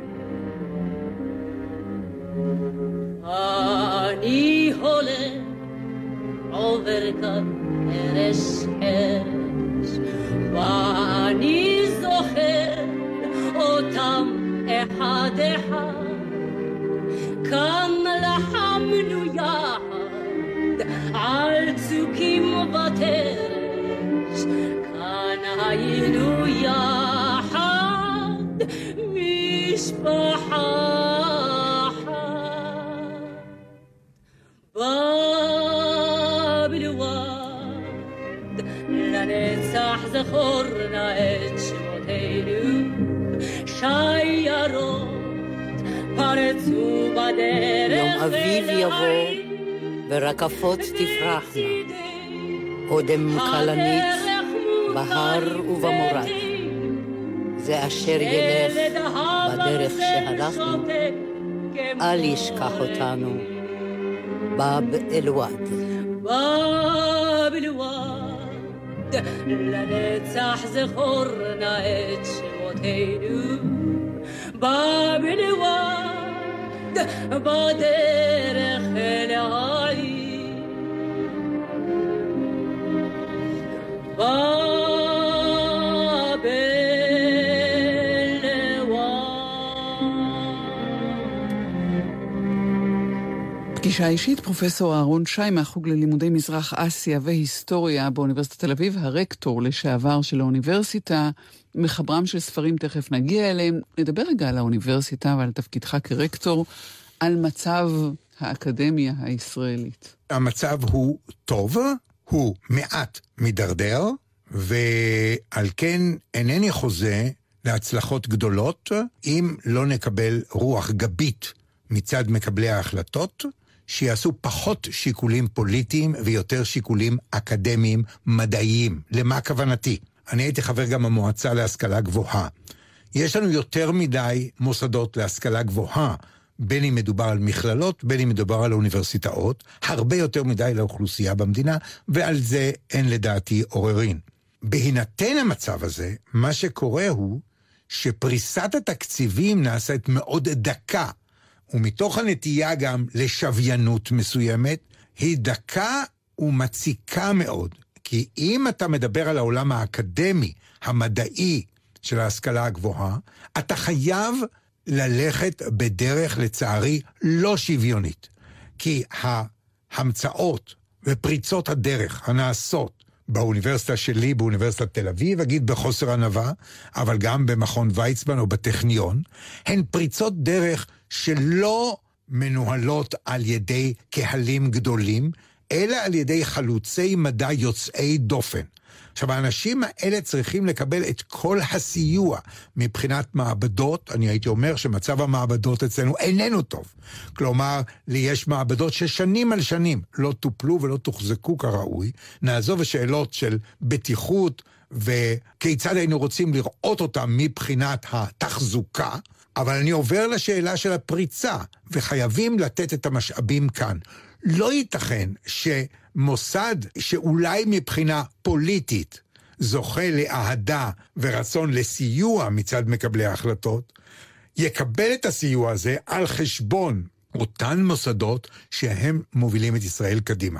אני הולך עובר כאן הרש הרש, ואני זוכר אותם אחד אחד, כאן לחמנו יחד על צוקים ותרש, כאן היינו יחד משפחה אחת. בבלוואד לנצח זכורנה את שמותינו, שיירות פרצו בדרך.
יום אביב יבוא ורקפות תפרחנה, קודם כלנית בהר ובמורד, זה אשר ילך בדרך שהלכנו, אל ישכח אותנו. בבלוואד. בבלוואד לנצח זכורנה את שמותינו, בבלוואד בדרך אל העיר.
פגישה אישית, פרופסור אהרון שי מהחוג ללימודי מזרח אסיה והיסטוריה באוניברסיטת תל אביב, הרקטור לשעבר של האוניברסיטה, מחברם של ספרים, תכף נגיע אליהם. נדבר רגע על האוניברסיטה ועל תפקידך כרקטור, על מצב האקדמיה הישראלית.
המצב הוא טוב, הוא מעט מדרדר, ועל כן אינני חוזה להצלחות גדולות, אם לא נקבל רוח גבית מצד מקבלי ההחלטות, שיעשו פחות שיקולים פוליטיים ויותר שיקולים אקדמיים מדעיים. למה כוונתי? אני הייתי חבר גם במועצה להשכלה גבוהה. יש לנו יותר מדי מוסדות להשכלה גבוהה, בין אם מדובר על מכללות, בין אם מדובר על אוניברסיטאות, הרבה יותר מדי לאוכלוסייה במדינה, ועל זה אין לדעתי עוררין. בהינתן המצב הזה, מה שקורה הוא שפריסת התקציבים נעשית מאוד דקה, ומתוך הנטייה גם לשוויינות מסוימת, היא דקה ומציקה מאוד. כי אם אתה מדבר על העולם האקדמי, המדעי של ההשכלה הגבוהה, אתה חייב ללכת בדרך לצערי לא שוויונית. כי ההמצאות ופריצות הדרך הנעשות באוניברסיטה שלי, באוניברסיטת תל אביב, אגיד בחוסר ענווה, אבל גם במכון ויצמן או בטכניון, הן פריצות דרך שלא מנוהלות על ידי קהלים גדולים, אלא על ידי חלוצי מדע יוצאי דופן. עכשיו, האנשים האלה צריכים לקבל את כל הסיוע מבחינת מעבדות. אני הייתי אומר שמצב המעבדות אצלנו איננו טוב. כלומר, לי יש מעבדות ששנים על שנים לא טופלו ולא תוחזקו כראוי. נעזוב השאלות של בטיחות וכיצד היינו רוצים לראות אותם מבחינת התחזוקה, אבל אני עובר לשאלה של הפריצה, וחייבים לתת את המשאבים כאן. לא ייתכן שמוסד שאולי מבחינה פוליטית זוכה לאהדה ורצון לסיוע מצד מקבלי ההחלטות, יקבל את הסיוע הזה על חשבון אותן מוסדות שהם מובילים את ישראל קדימה.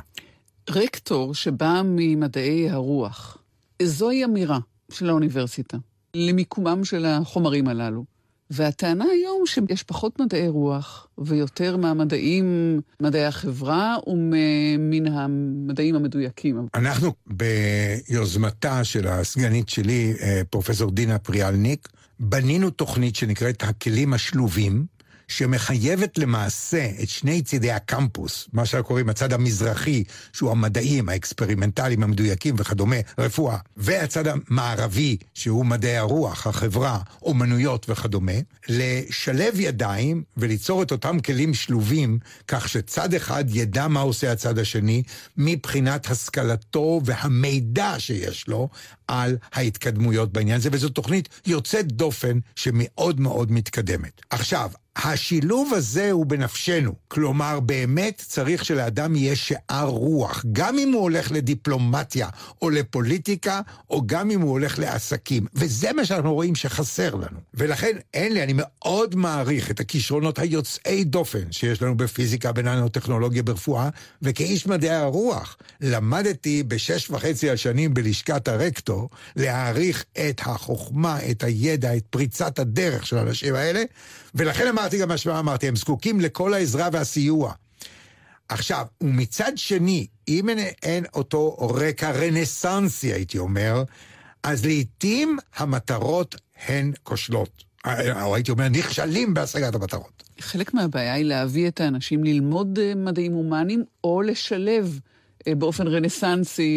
רקטור שבא ממדעי הרוח, זוהי אמירה של האוניברסיטה למיקומם של החומרים הללו. והטענה היום שיש פחות מדעי רוח ויותר מהמדעים, מדעי החברה ומן המדעים המדויקים.
אנחנו ביוזמתה של הסגנית שלי, פרופסור דינה פריאלניק, בנינו תוכנית שנקראת הכלים השלובים, שמחייבת למעשה את שני צידי הקמפוס, מה שקוראים הצד המזרחי, שהוא המדעים, האקספרימנטליים, המדויקים וכדומה, רפואה, והצד המערבי, שהוא מדעי הרוח, החברה, אומנויות וכדומה, לשלב ידיים וליצור את אותם כלים שלובים, כך שצד אחד ידע מה עושה הצד השני, מבחינת השכלתו והמידע שיש לו על ההתקדמויות בעניין הזה, וזו תוכנית יוצאת דופן שמאוד מאוד מתקדמת. עכשיו, השילוב הזה הוא בנפשנו, כלומר באמת צריך שלאדם יהיה שאר רוח, גם אם הוא הולך לדיפלומטיה או לפוליטיקה, או גם אם הוא הולך לעסקים, וזה מה שאנחנו רואים שחסר לנו. ולכן אני מאוד מעריך את הכישרונות היוצאי דופן שיש לנו בפיזיקה, בננוטכנולוגיה, ברפואה, וכאיש מדעי הרוח למדתי ב6.5 השנים בלשכת הרקטור להעריך את החוכמה, את הידע, את פריצת הדרך של האנשים האלה, ולכן אמרתי גם מה שאמרתי, הם זקוקים לכל העזרה והסיוע. עכשיו, ומצד שני, אם אין אותו רקע רנסנסי, הייתי אומר, אז לעתים המטרות הן כושלות. או הייתי אומר, נכשלים בהשגת המטרות.
חלק מהבעיה היא להביא את האנשים ללמוד מדעים הומניים, או לשלב באופן רנסנסי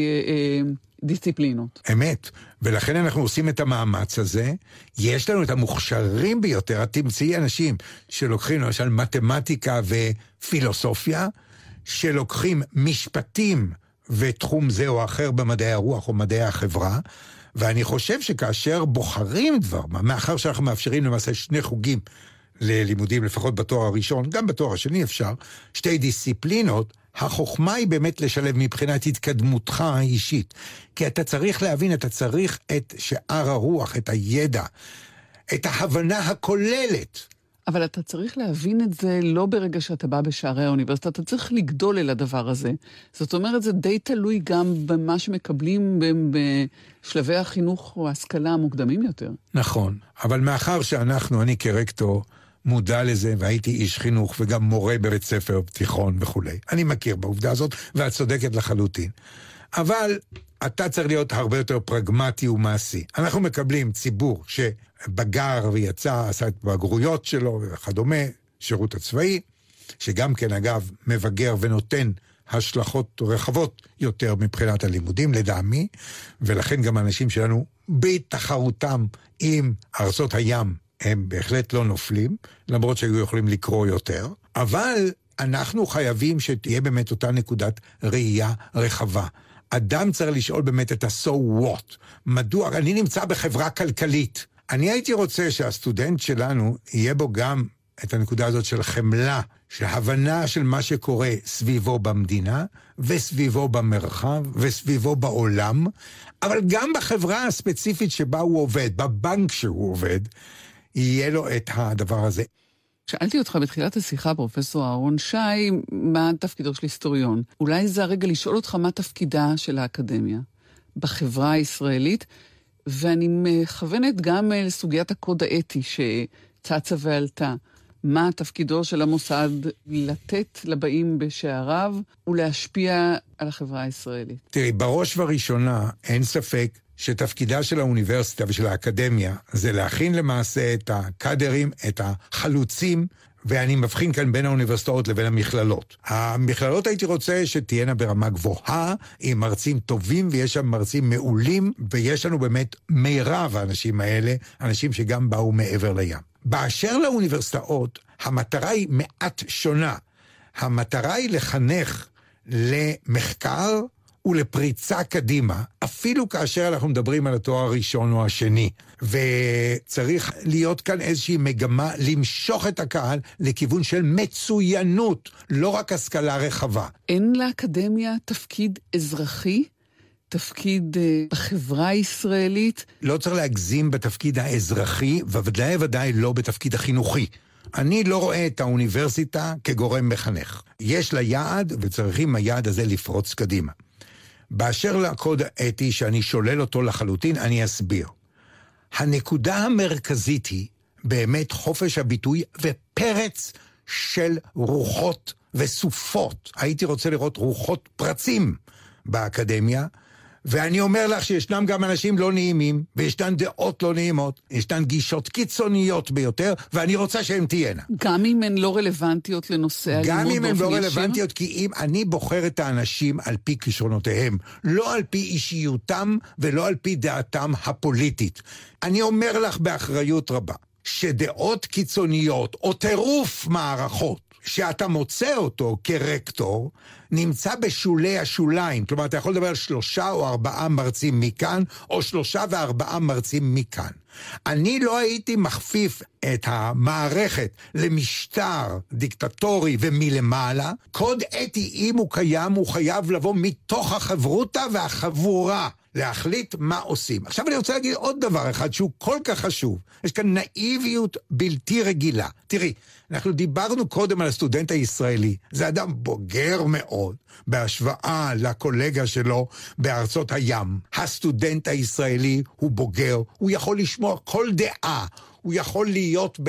דיסציפלינות.
אמת, ולכן אנחנו עושים את המאמץ הזה. יש לנו את המוכשרים ביותר, תמצאי אנשים שלוקחים למשל מתמטיקה ופילוסופיה, שלוקחים משפטים ותחום זה או אחר במדעי הרוח או מדעי החברה, ואני חושב שכאשר בוחרים דבר, מאחר שאנחנו מאפשרים למעשה 2 חוגים ללימודים, לפחות בתואר הראשון, גם בתואר השני אפשר, 2 דיסציפלינות, החוכמה היא באמת לשלב מבחינת התקדמותך האישית. כי אתה צריך להבין, אתה צריך את שאר הרוח, את הידע, את ההבנה הכוללת.
אבל אתה צריך להבין את זה לא ברגע שאתה בא בשערי האוניברסיטה, אתה צריך לגדול אל הדבר הזה. זאת אומרת, זה די תלוי גם במה שמקבלים בשלבי החינוך או ההשכלה המוקדמים יותר.
נכון, אבל מאחר אני כרקטור, מודע לזה, והייתי איש חינוך וגם מורה בבית ספר, תיכון וכו'. אני מכיר בעובדה הזאת, ואת צודקת לחלוטין. אבל אתה צריך להיות הרבה יותר פרגמטי ומעשי. אנחנו מקבלים ציבור שבגר ויצא, עשה את בגרויות שלו וכדומה, שירות הצבאי, שגם כן אגב מבגר ונותן השלכות רחבות יותר מבחינת הלימודים, לדעמי, ולכן גם האנשים שלנו בתחרותם עם ארצות הים, הם בהחלט לא נופלים, למרות שהיו יכולים לקרוא יותר, אבל אנחנו חייבים שתהיה באמת אותה נקודת ראייה רחבה. אדם צריך לשאול באמת את ה-so what. מדוע? אני נמצא בחברה כלכלית. אני הייתי רוצה שהסטודנט שלנו יהיה בו גם את הנקודה הזאת של חמלה, של הבנה של מה שקורה סביבו במדינה, וסביבו במרחב, וסביבו בעולם, אבל גם בחברה הספציפית שבה הוא עובד, בבנק שהוא עובד, יהיה לו את הדבר הזה.
שאלתי אותך בתחילת השיחה, פרופסור אהרון שי, מה תפקידו של היסטוריון? אולי זה הרגע לשאול אותך מה תפקידה של האקדמיה בחברה הישראלית, ואני מכוונת גם לסוגיית הקוד האתי שצצה ועלתה. מה תפקידו של המוסד לתת לבאים בשעריו ולהשפיע על החברה הישראלית?
תראי, בראש וראשונה אין ספק שתפקידה של האוניברסיטה ושל האקדמיה זה להכין למעשה את הקאדרים, את החלוצים, ואני מבחין כאן בין האוניברסיטאות לבין המכללות. המכללות הייתי רוצה שתהיינה ברמה גבוהה, עם מרצים טובים, ויש שם מרצים מעולים, ויש לנו באמת מירב האנשים האלה, אנשים שגם באו מעבר לים. באשר לאוניברסיטאות, המטרה היא מעט שונה. המטרה היא לחנך למחקר, ולפריצה קדימה, אפילו כאשר אנחנו מדברים על התואר הראשון או השני. וצריך להיות כאן איזושהי מגמה למשוך את הקהל לכיוון של מצוינות, לא רק השכלה רחבה.
אין לאקדמיה תפקיד אזרחי תפקיד בחברה הישראלית?
לא צריך להגזים בתפקיד האזרחי, וודאי לא בתפקיד החינוכי. אני לא רואה את האוניברסיטה כגורם מחנך. יש לה יעד, וצריכים היעד הזה לפרוץ קדימה. באשר לקוד האתי שאני שולל אותו לחלוטין, אני אסביר. הנקודה המרכזית היא באמת חופש הביטוי ופרץ של רוחות וסופות. הייתי רוצה לראות רוחות פרצים באקדמיה, ואני אומר לך שישנם גם אנשים לא נעימים, וישנן דעות לא נעימות, ישנן גישות קיצוניות ביותר, ואני רוצה שהן תהיינה.
גם אם הן לא רלוונטיות לנושא הלימוד באופן ישיר? גם אם הן לא רלוונטיות, כי אם אני בוחר את האנשים על פי כישרונותיהם, לא על פי אישיותם ולא על פי דעתם הפוליטית. אני אומר לך באחריות רבה, שדעות קיצוניות או טירוף מערכות, שאתה מוצא אותו כרקטור, נמצא בשולי השוליים. כלומר, אתה יכול לדבר על 3 או 4 מרצים מכאן, או 3 ו4 מרצים מכאן. אני לא הייתי מכפיף את המערכת למשטר דיקטטורי ומלמעלה. קוד אתי, אם הוא קיים, הוא חייב לבוא מתוך החברותה והחבורה. להחליט מה עושים. עכשיו אני רוצה להגיד עוד דבר אחד שהוא כל כך חשוב. יש כאן נאיביות בלתי רגילה. תראי, אנחנו דיברנו קודם על הסטודנט הישראלי. זה אדם בוגר מאוד, בהשוואה לקולגה שלו בארצות הים. הסטודנט הישראלי הוא בוגר, הוא יכול לשמוע כל דעה, הוא יכול להיות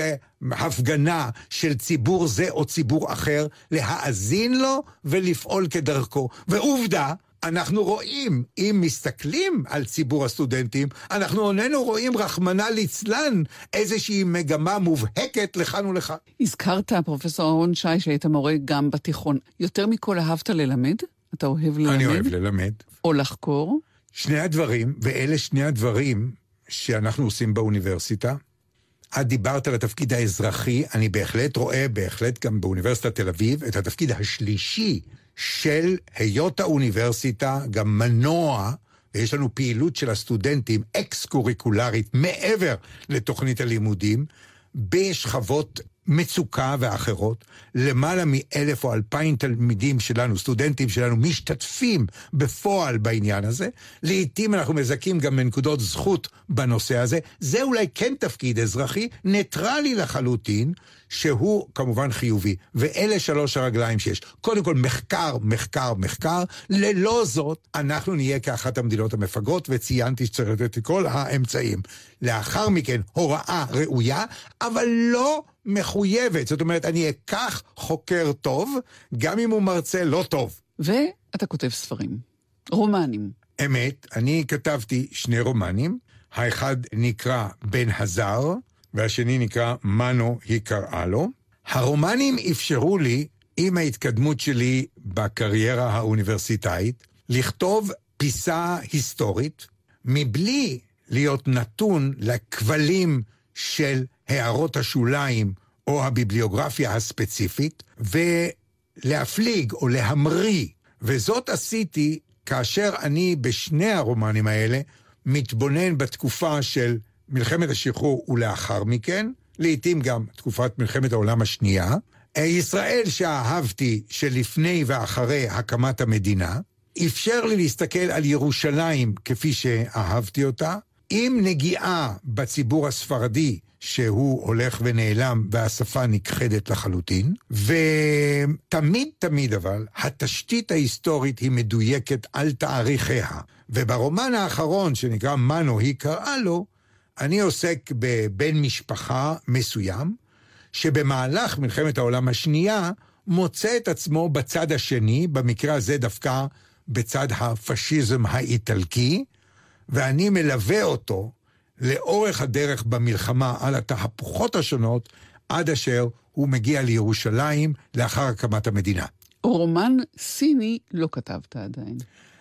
בהפגנה של ציבור זה או ציבור אחר, להאזין לו ולפעול כדרכו. ועובדה, אנחנו רואים, אם מסתכלים על ציבור הסטודנטים, אנחנו איננו רואים רחמנא ליצלן איזושהי מגמה מובהקת לכאן ולכאן. הזכרת, פרופסור אהרון שי, שהיית מורה גם בתיכון. יותר מכל אהבת ללמד? אתה אוהב ללמד?
אני אוהב ללמד.
או לחקור?
שני הדברים, ואלה שני הדברים שאנחנו עושים באוניברסיטה. את דיברת על התפקיד האזרחי, אני בהחלט רואה, בהחלט גם באוניברסיטת תל אביב, את התפקיד השלישי של היות האוניברסיטה, גם מנוע, ויש לנו פעילות של הסטודנטים אקס-קוריקולרית מעבר לתוכנית הלימודים, בשכבות מצוקה ואחרות. למעלה מ1,000 או 2,000 תלמידים שלנו, סטודנטים שלנו, משתתפים בפועל בעניין הזה. לעתים אנחנו מזכים גם מנקודות זכות בנושא הזה. זה אולי כן תפקיד אזרחי, ניטרלי לחלוטין, שהוא כמובן חיובי. ואלה 3 הרגליים שיש. קודם כל מחקר, מחקר, מחקר. ללא זאת, אנחנו נהיה כאחת המדינות המפגרות, וציינתי שצריך לתת את כל האמצעים. לאחר מכן, הוראה ראויה, אבל לא מחויבת. זאת אומרת, אני אקח חוקר טוב, גם אם הוא מרצה לא טוב.
ואתה כותב ספרים, רומנים.
אמת, אני כתבתי 2 רומנים. האחד נקרא בן הזר, והשני נקרא מנו היא קראה לו. הרומנים אפשרו לי, עם ההתקדמות שלי בקריירה האוניברסיטאית, לכתוב פיסה היסטורית, מבלי להיות נתון לכבלים של הערות השוליים או הביבליוגרפיה הספציפית, ולהפליג או להמריא. וזאת עשיתי כאשר אני בשני הרומנים האלה מתבונן בתקופה של מלחמת השחרור ולאחר מכן, לעתים גם תקופת מלחמת העולם השנייה, ישראל שאהבתי שלפני ואחרי הקמת המדינה, אפשר לי להסתכל על ירושלים כפי שאהבתי אותה, עם נגיעה בציבור הספרדי שהוא הולך ונעלם והשפה נכחדת לחלוטין, ותמיד אבל התשתית ההיסטורית היא מדויקת על תאריכיה. וברומן האחרון שנקרא מנו היא קראה לו, אני עוסק בבן משפחה מסוים, שבמהלך מלחמת העולם השנייה מוצא את עצמו בצד השני, במקרה הזה דווקא בצד הפשיזם האיטלקי, ואני מלווה אותו לאורך הדרך במלחמה על התהפוכות השונות, עד אשר הוא מגיע לירושלים לאחר הקמת המדינה.
רומן סיני לא כתבת עדיין.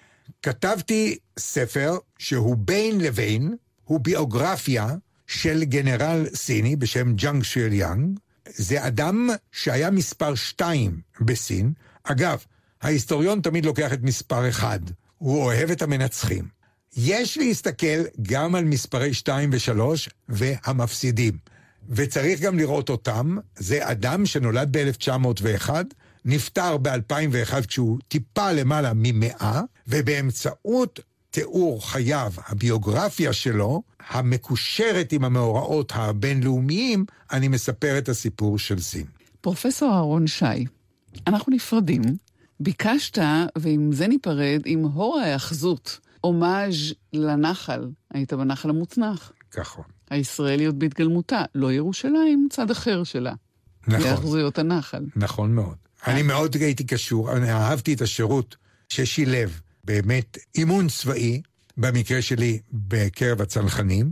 כתבתי ספר שהוא בין לבין, הוא ביוגרפיה של גנרל סיני בשם ג'אנג שויליאנג. זה אדם שהיה מספר 2 בסין. אגב, ההיסטוריון תמיד לוקח את מספר 1. הוא אוהב את המנצחים. יש להסתכל גם על מספרי 2 ו3 והמפסידים. וצריך גם לראות אותם. זה אדם שנולד ב-1901, נפטר ב-2001 כשהוא טיפה למעלה מ100, ובאמצעות התיאור חייו, הביוגרפיה שלו, המקושרת עם המאורעות הבינלאומיים, אני מספר את הסיפור של זין.
פרופסור אהרון שי, אנחנו נפרדים. ביקשת, ועם זה ניפרד, עם הור ההאחזות, אומאז' לנחל. היית בנחל המוצנח.
ככה.
הישראליות בהתגלמותה, לא ירושלים, צד אחר שלה.
נכון.
להחזויות הנחל.
נכון מאוד. אני מאוד הייתי קשור, אני אהבתי את השירות ששילב באמת אימון צבאי, במקרה שלי בקרב הצנחנים,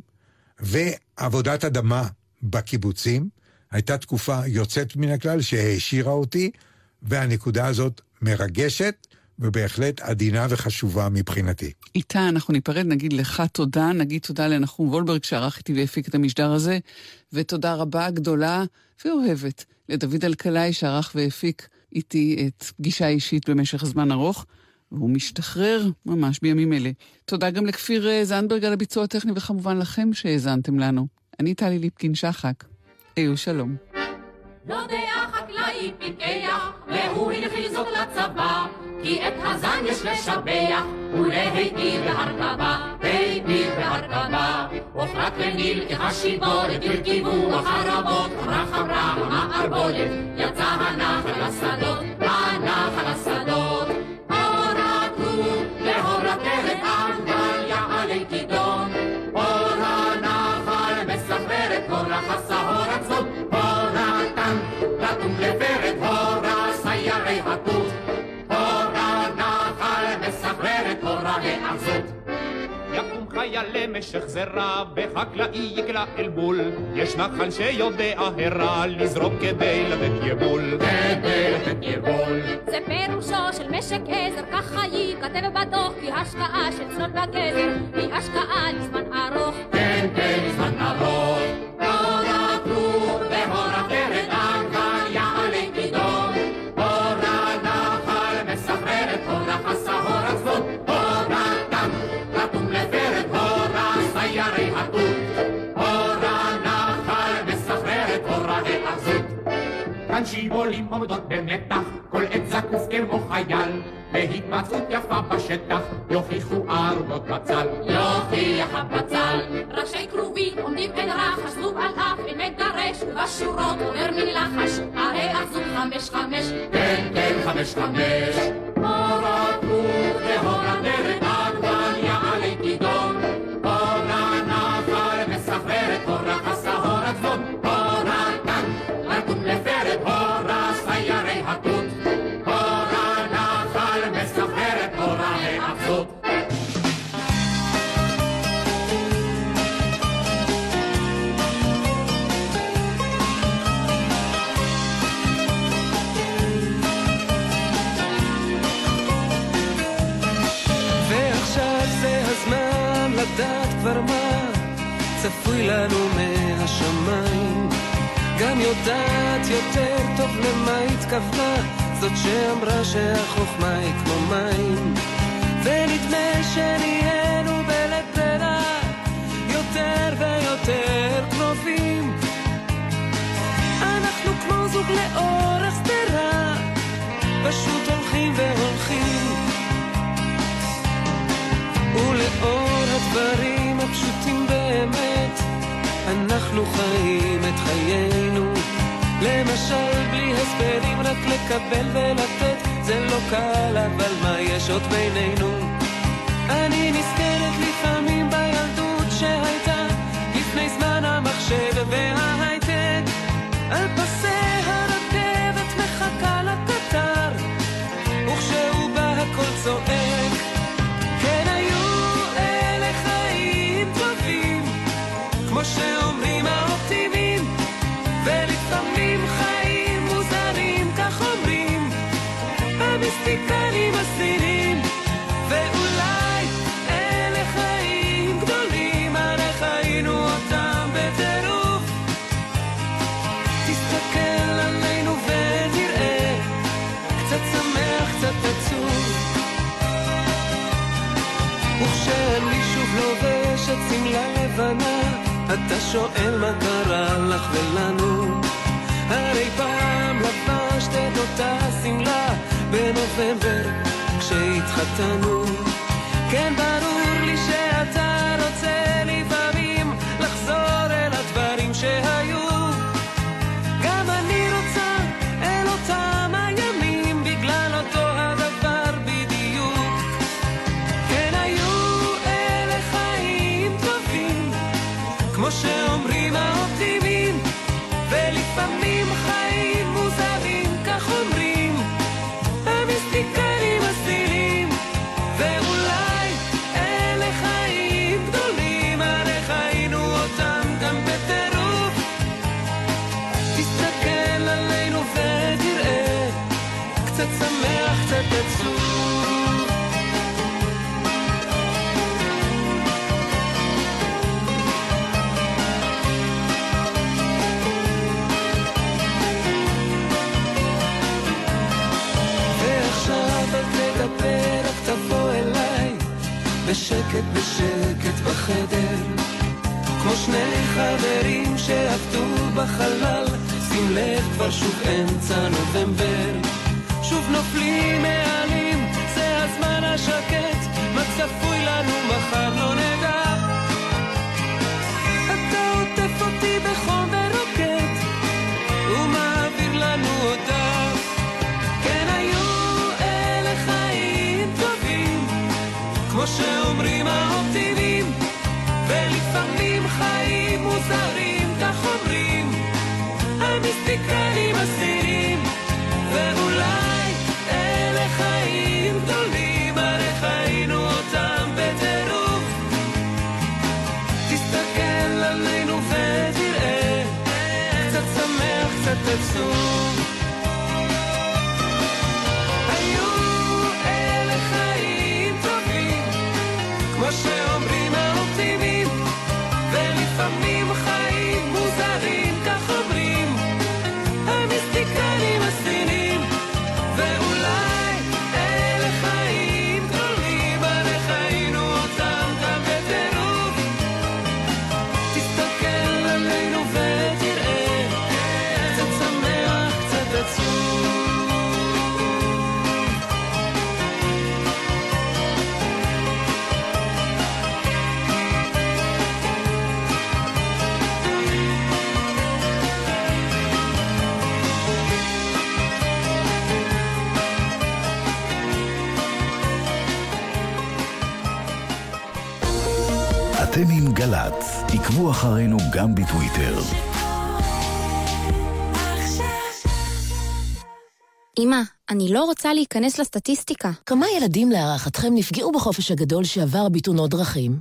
ועבודת אדמה בקיבוצים. הייתה תקופה יוצאת מן הכלל שהשאירה אותי, והנקודה הזאת מרגשת, ובהחלט עדינה וחשובה מבחינתי.
איתה אנחנו ניפרד, נגיד לך תודה, נגיד תודה לנחום וולברג שערך איתי והפיק את המשדר הזה, ותודה רבה גדולה ואוהבת לדוד אלקלעי שערך והפיק איתי את פגישה אישית במשך זמן ארוך, והוא משתחרר ממש בימים אלה. תודה גם לכפיר זנדברג על הביצוע הטכני, וכמובן לכם שהאזנתם לנו. אני טלי ליפקין שחק. היו שלום.
יודע חקלאי פיקח, והוא הנחיל זאת לצבא, כי את הזן יש לשבח, ולהיטיב בהרכבה, היטיב בהרכבה. ופרט וניל כחשיבולת, הרכיבו החרבות, רחברה המערבולת, יצא הנחל לשדות, הנחל לשדות. הורתו להורתרת ענבל יעלי כידון, הור הנחל מספר את כורח הסהור עצמות, הורתם רתום לפרד, הורה סיירי התות, הור הנחל מספר את כורח העצות. יקום חייל למשך זרע, בחקלאי יקלע אל בול, יש נחל שיודע הרע, לזרום כדי לתת יבול, כדי לתת יבול. זה פירושו של משק עזר, ככה ייכתב בדוח, כי השקעה של צנות בגזר היא השקעה לזמן ארוך, כן, כן, לזמן ארוך. הור הכרוב והור הפרד ענבל יעלי כידון, הור הנחל מסחרר את כורח הסהור עצמות, הור התם רתום לפרד, הור הסיירי התות, הור הנחל מסחרר את כורח העצות. כאן שיבולים עומדות במתח, כל עת זקוף כמו חייל, והתמצאות יפה בשטח, יוכיחו ערודות בצל, יוכיח הבצל. ראשי כרובים עומדים אין רחש, זוב על אף אין מגרש, ובשורות אומר מן לחש, הרי עצוב 5-5, כן כן 5-5. הור הכרוב והור הדרך ענבל יעלי כידון, הור הנחל מספר את כורח הסהור עצמות, הור התם רתום לפרד, הור הסיירי התות, הור הנחל מספר את כורח העצות.
לדעת כבר מה צפוי לנו מהשמיים, גם יודעת יותר טוב למה התכוונה זאת שאמרה שהחוכמה היא כמו מים, ונדמה שנהיינו בלית ברירה יותר ויותר קרובים, אנחנו כמו זוג לאורך סדרה פשוט הולכים והולכים, ולאור הדברים הפשוטים באמת אנחנו חיים את חיינו, למשל בלי הסברים רק לקבל ולתת, זה לא קל אבל מה יש עוד בינינו. אני נזכרת לפעמים בילדות שהייתה לפני זמן המחשב וההייטק, על פסי הרכבת מחכה לקטר, וכשהוא בא הכל צועק, כן היו אלה חיים טובים כמו שאומרים האופטימים, ולפעמים חיים מוזרים כך אומרים המיסטיקנים הסינים, ואולי אלה חיים גדולים הרי חיינו אותם בטירוף, תסתכל עלינו ותראה קצת שמח קצת עצוב, וכשאני שוב לובש את סמלה לבנה אתה שואל מה קרה לך ולנו, הרי פעם לבשת את אותה סמלה בנובמבר כשהתחתנו, כן ברור שקט בשקט בחדר, כמו שני חברים שעבדו בחלל. שים לב, כבר שוב אמצע נובמבר, שוב נופלים מעלים, זה הזמן השקט, מה צפוי לנו מחר לא נדע. אתה עוטף אותי בחום ורוקט, ומעביר לנו אותה. כן, היו אלה חיים טובים, כמו שאומרים האופטימים, ולפעמים חיים מוזרים, כך אומרים המיסטיקנים הסינים. ואולי אלה חיים גדולים, הרי חיינו אותם בטירוף. תסתכל עלינו ותראה, קצת שמח, קצת עצוב. היו אלה חיים טובים, כמו שאומרים האופטימים, ולפעמים חיים מוזרים, כך אומרים המיסטיקנים הסינים. ואולי אלה חיים גדולים, הרי חיינו אותם גם בטירוף. תסתכל עלינו ותראה, קצת שמח, קצת עצוב.
אתם עם גלץ, עקבו אחרינו גם בטוויטר.
אמא, אני לא רוצה להיכנס לסטטיסטיקה.
כמה ילדים להערכתכם נפגעו בחופש הגדול שעבר בתאונות דרכים?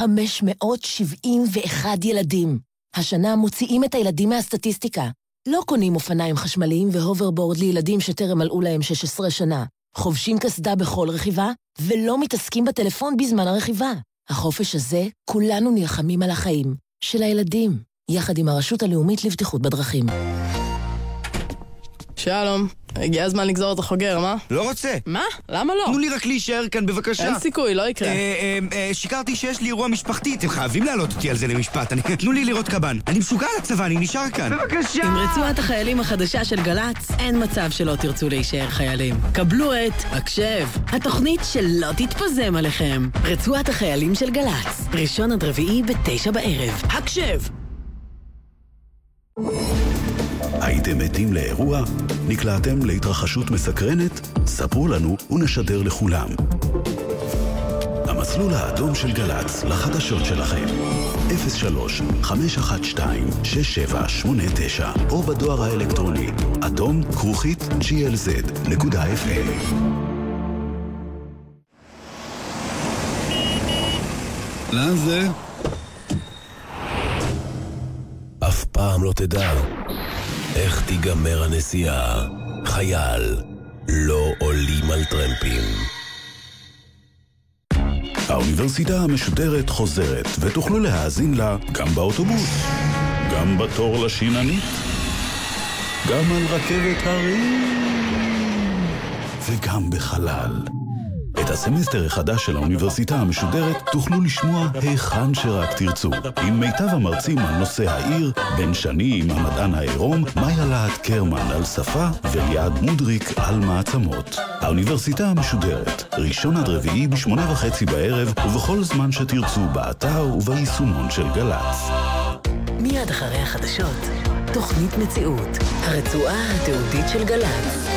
571 ילדים. השנה מוציאים את הילדים מהסטטיסטיקה. לא קונים אופניים חשמליים והוברבורד לילדים שטרם מלאו להם 16 שנה. חובשים קסדה בכל רכיבה, ולא מתעסקים בטלפון בזמן הרכיבה. החופש הזה, כולנו נלחמים על החיים של הילדים, יחד עם הרשות הלאומית לבטיחות בדרכים.
שלום, הגיע הזמן לגזור את החוגר, מה?
לא רוצה.
מה? למה לא?
תנו לי רק להישאר כאן בבקשה.
אין סיכוי, לא יקרה.
שיקרתי שיש לי אירוע משפחתי, אתם חייבים להעלות אותי על זה למשפט. תנו לי לראות קבן. אני משוגע לצבא, אני נשאר כאן. בבקשה!
עם רצועת החיילים החדשה של גלץ, אין מצב שלא תרצו להישאר חיילים. קבלו את הקשב, התוכנית שלא תתפזם עליכם. רצועת החיילים של גלץ, 1-4 ב-9 בערב. הקשב!
הייתם עדים לאירוע? נקלעתם להתרחשות מסקרנת? ספרו לנו ונשדר לכולם. המסלול האדום של גלץ לחדשות שלכם. 03-512-6789 או בדואר האלקטרוני atom@glz.fm.
לאן זה?
אף פעם לא תדע איך תיגמר הנסיעה. חייל, לא עולים על טרמפים.
האוניברסיטה המשודרת חוזרת, ותוכלו להאזין לה גם באוטובוס, גם בתור לשיננית, גם על רכבת הרים, וגם בחלל. את הסמסטר החדש של האוניברסיטה המשודרת תוכלו לשמוע היכן שרק תרצו, עם מיטב המרצים על נושא העיר, בן שני עם המדען העירום, מאיה להט קרמן על שפה, וליעד מודריק על מעצמות. האוניברסיטה המשודרת, 1-4 ב-8:30 בערב, ובכל זמן שתרצו באתר וביישומון של גלץ.
מיד אחרי החדשות, תוכנית מציאות, הרצועה התיעודית של גלץ.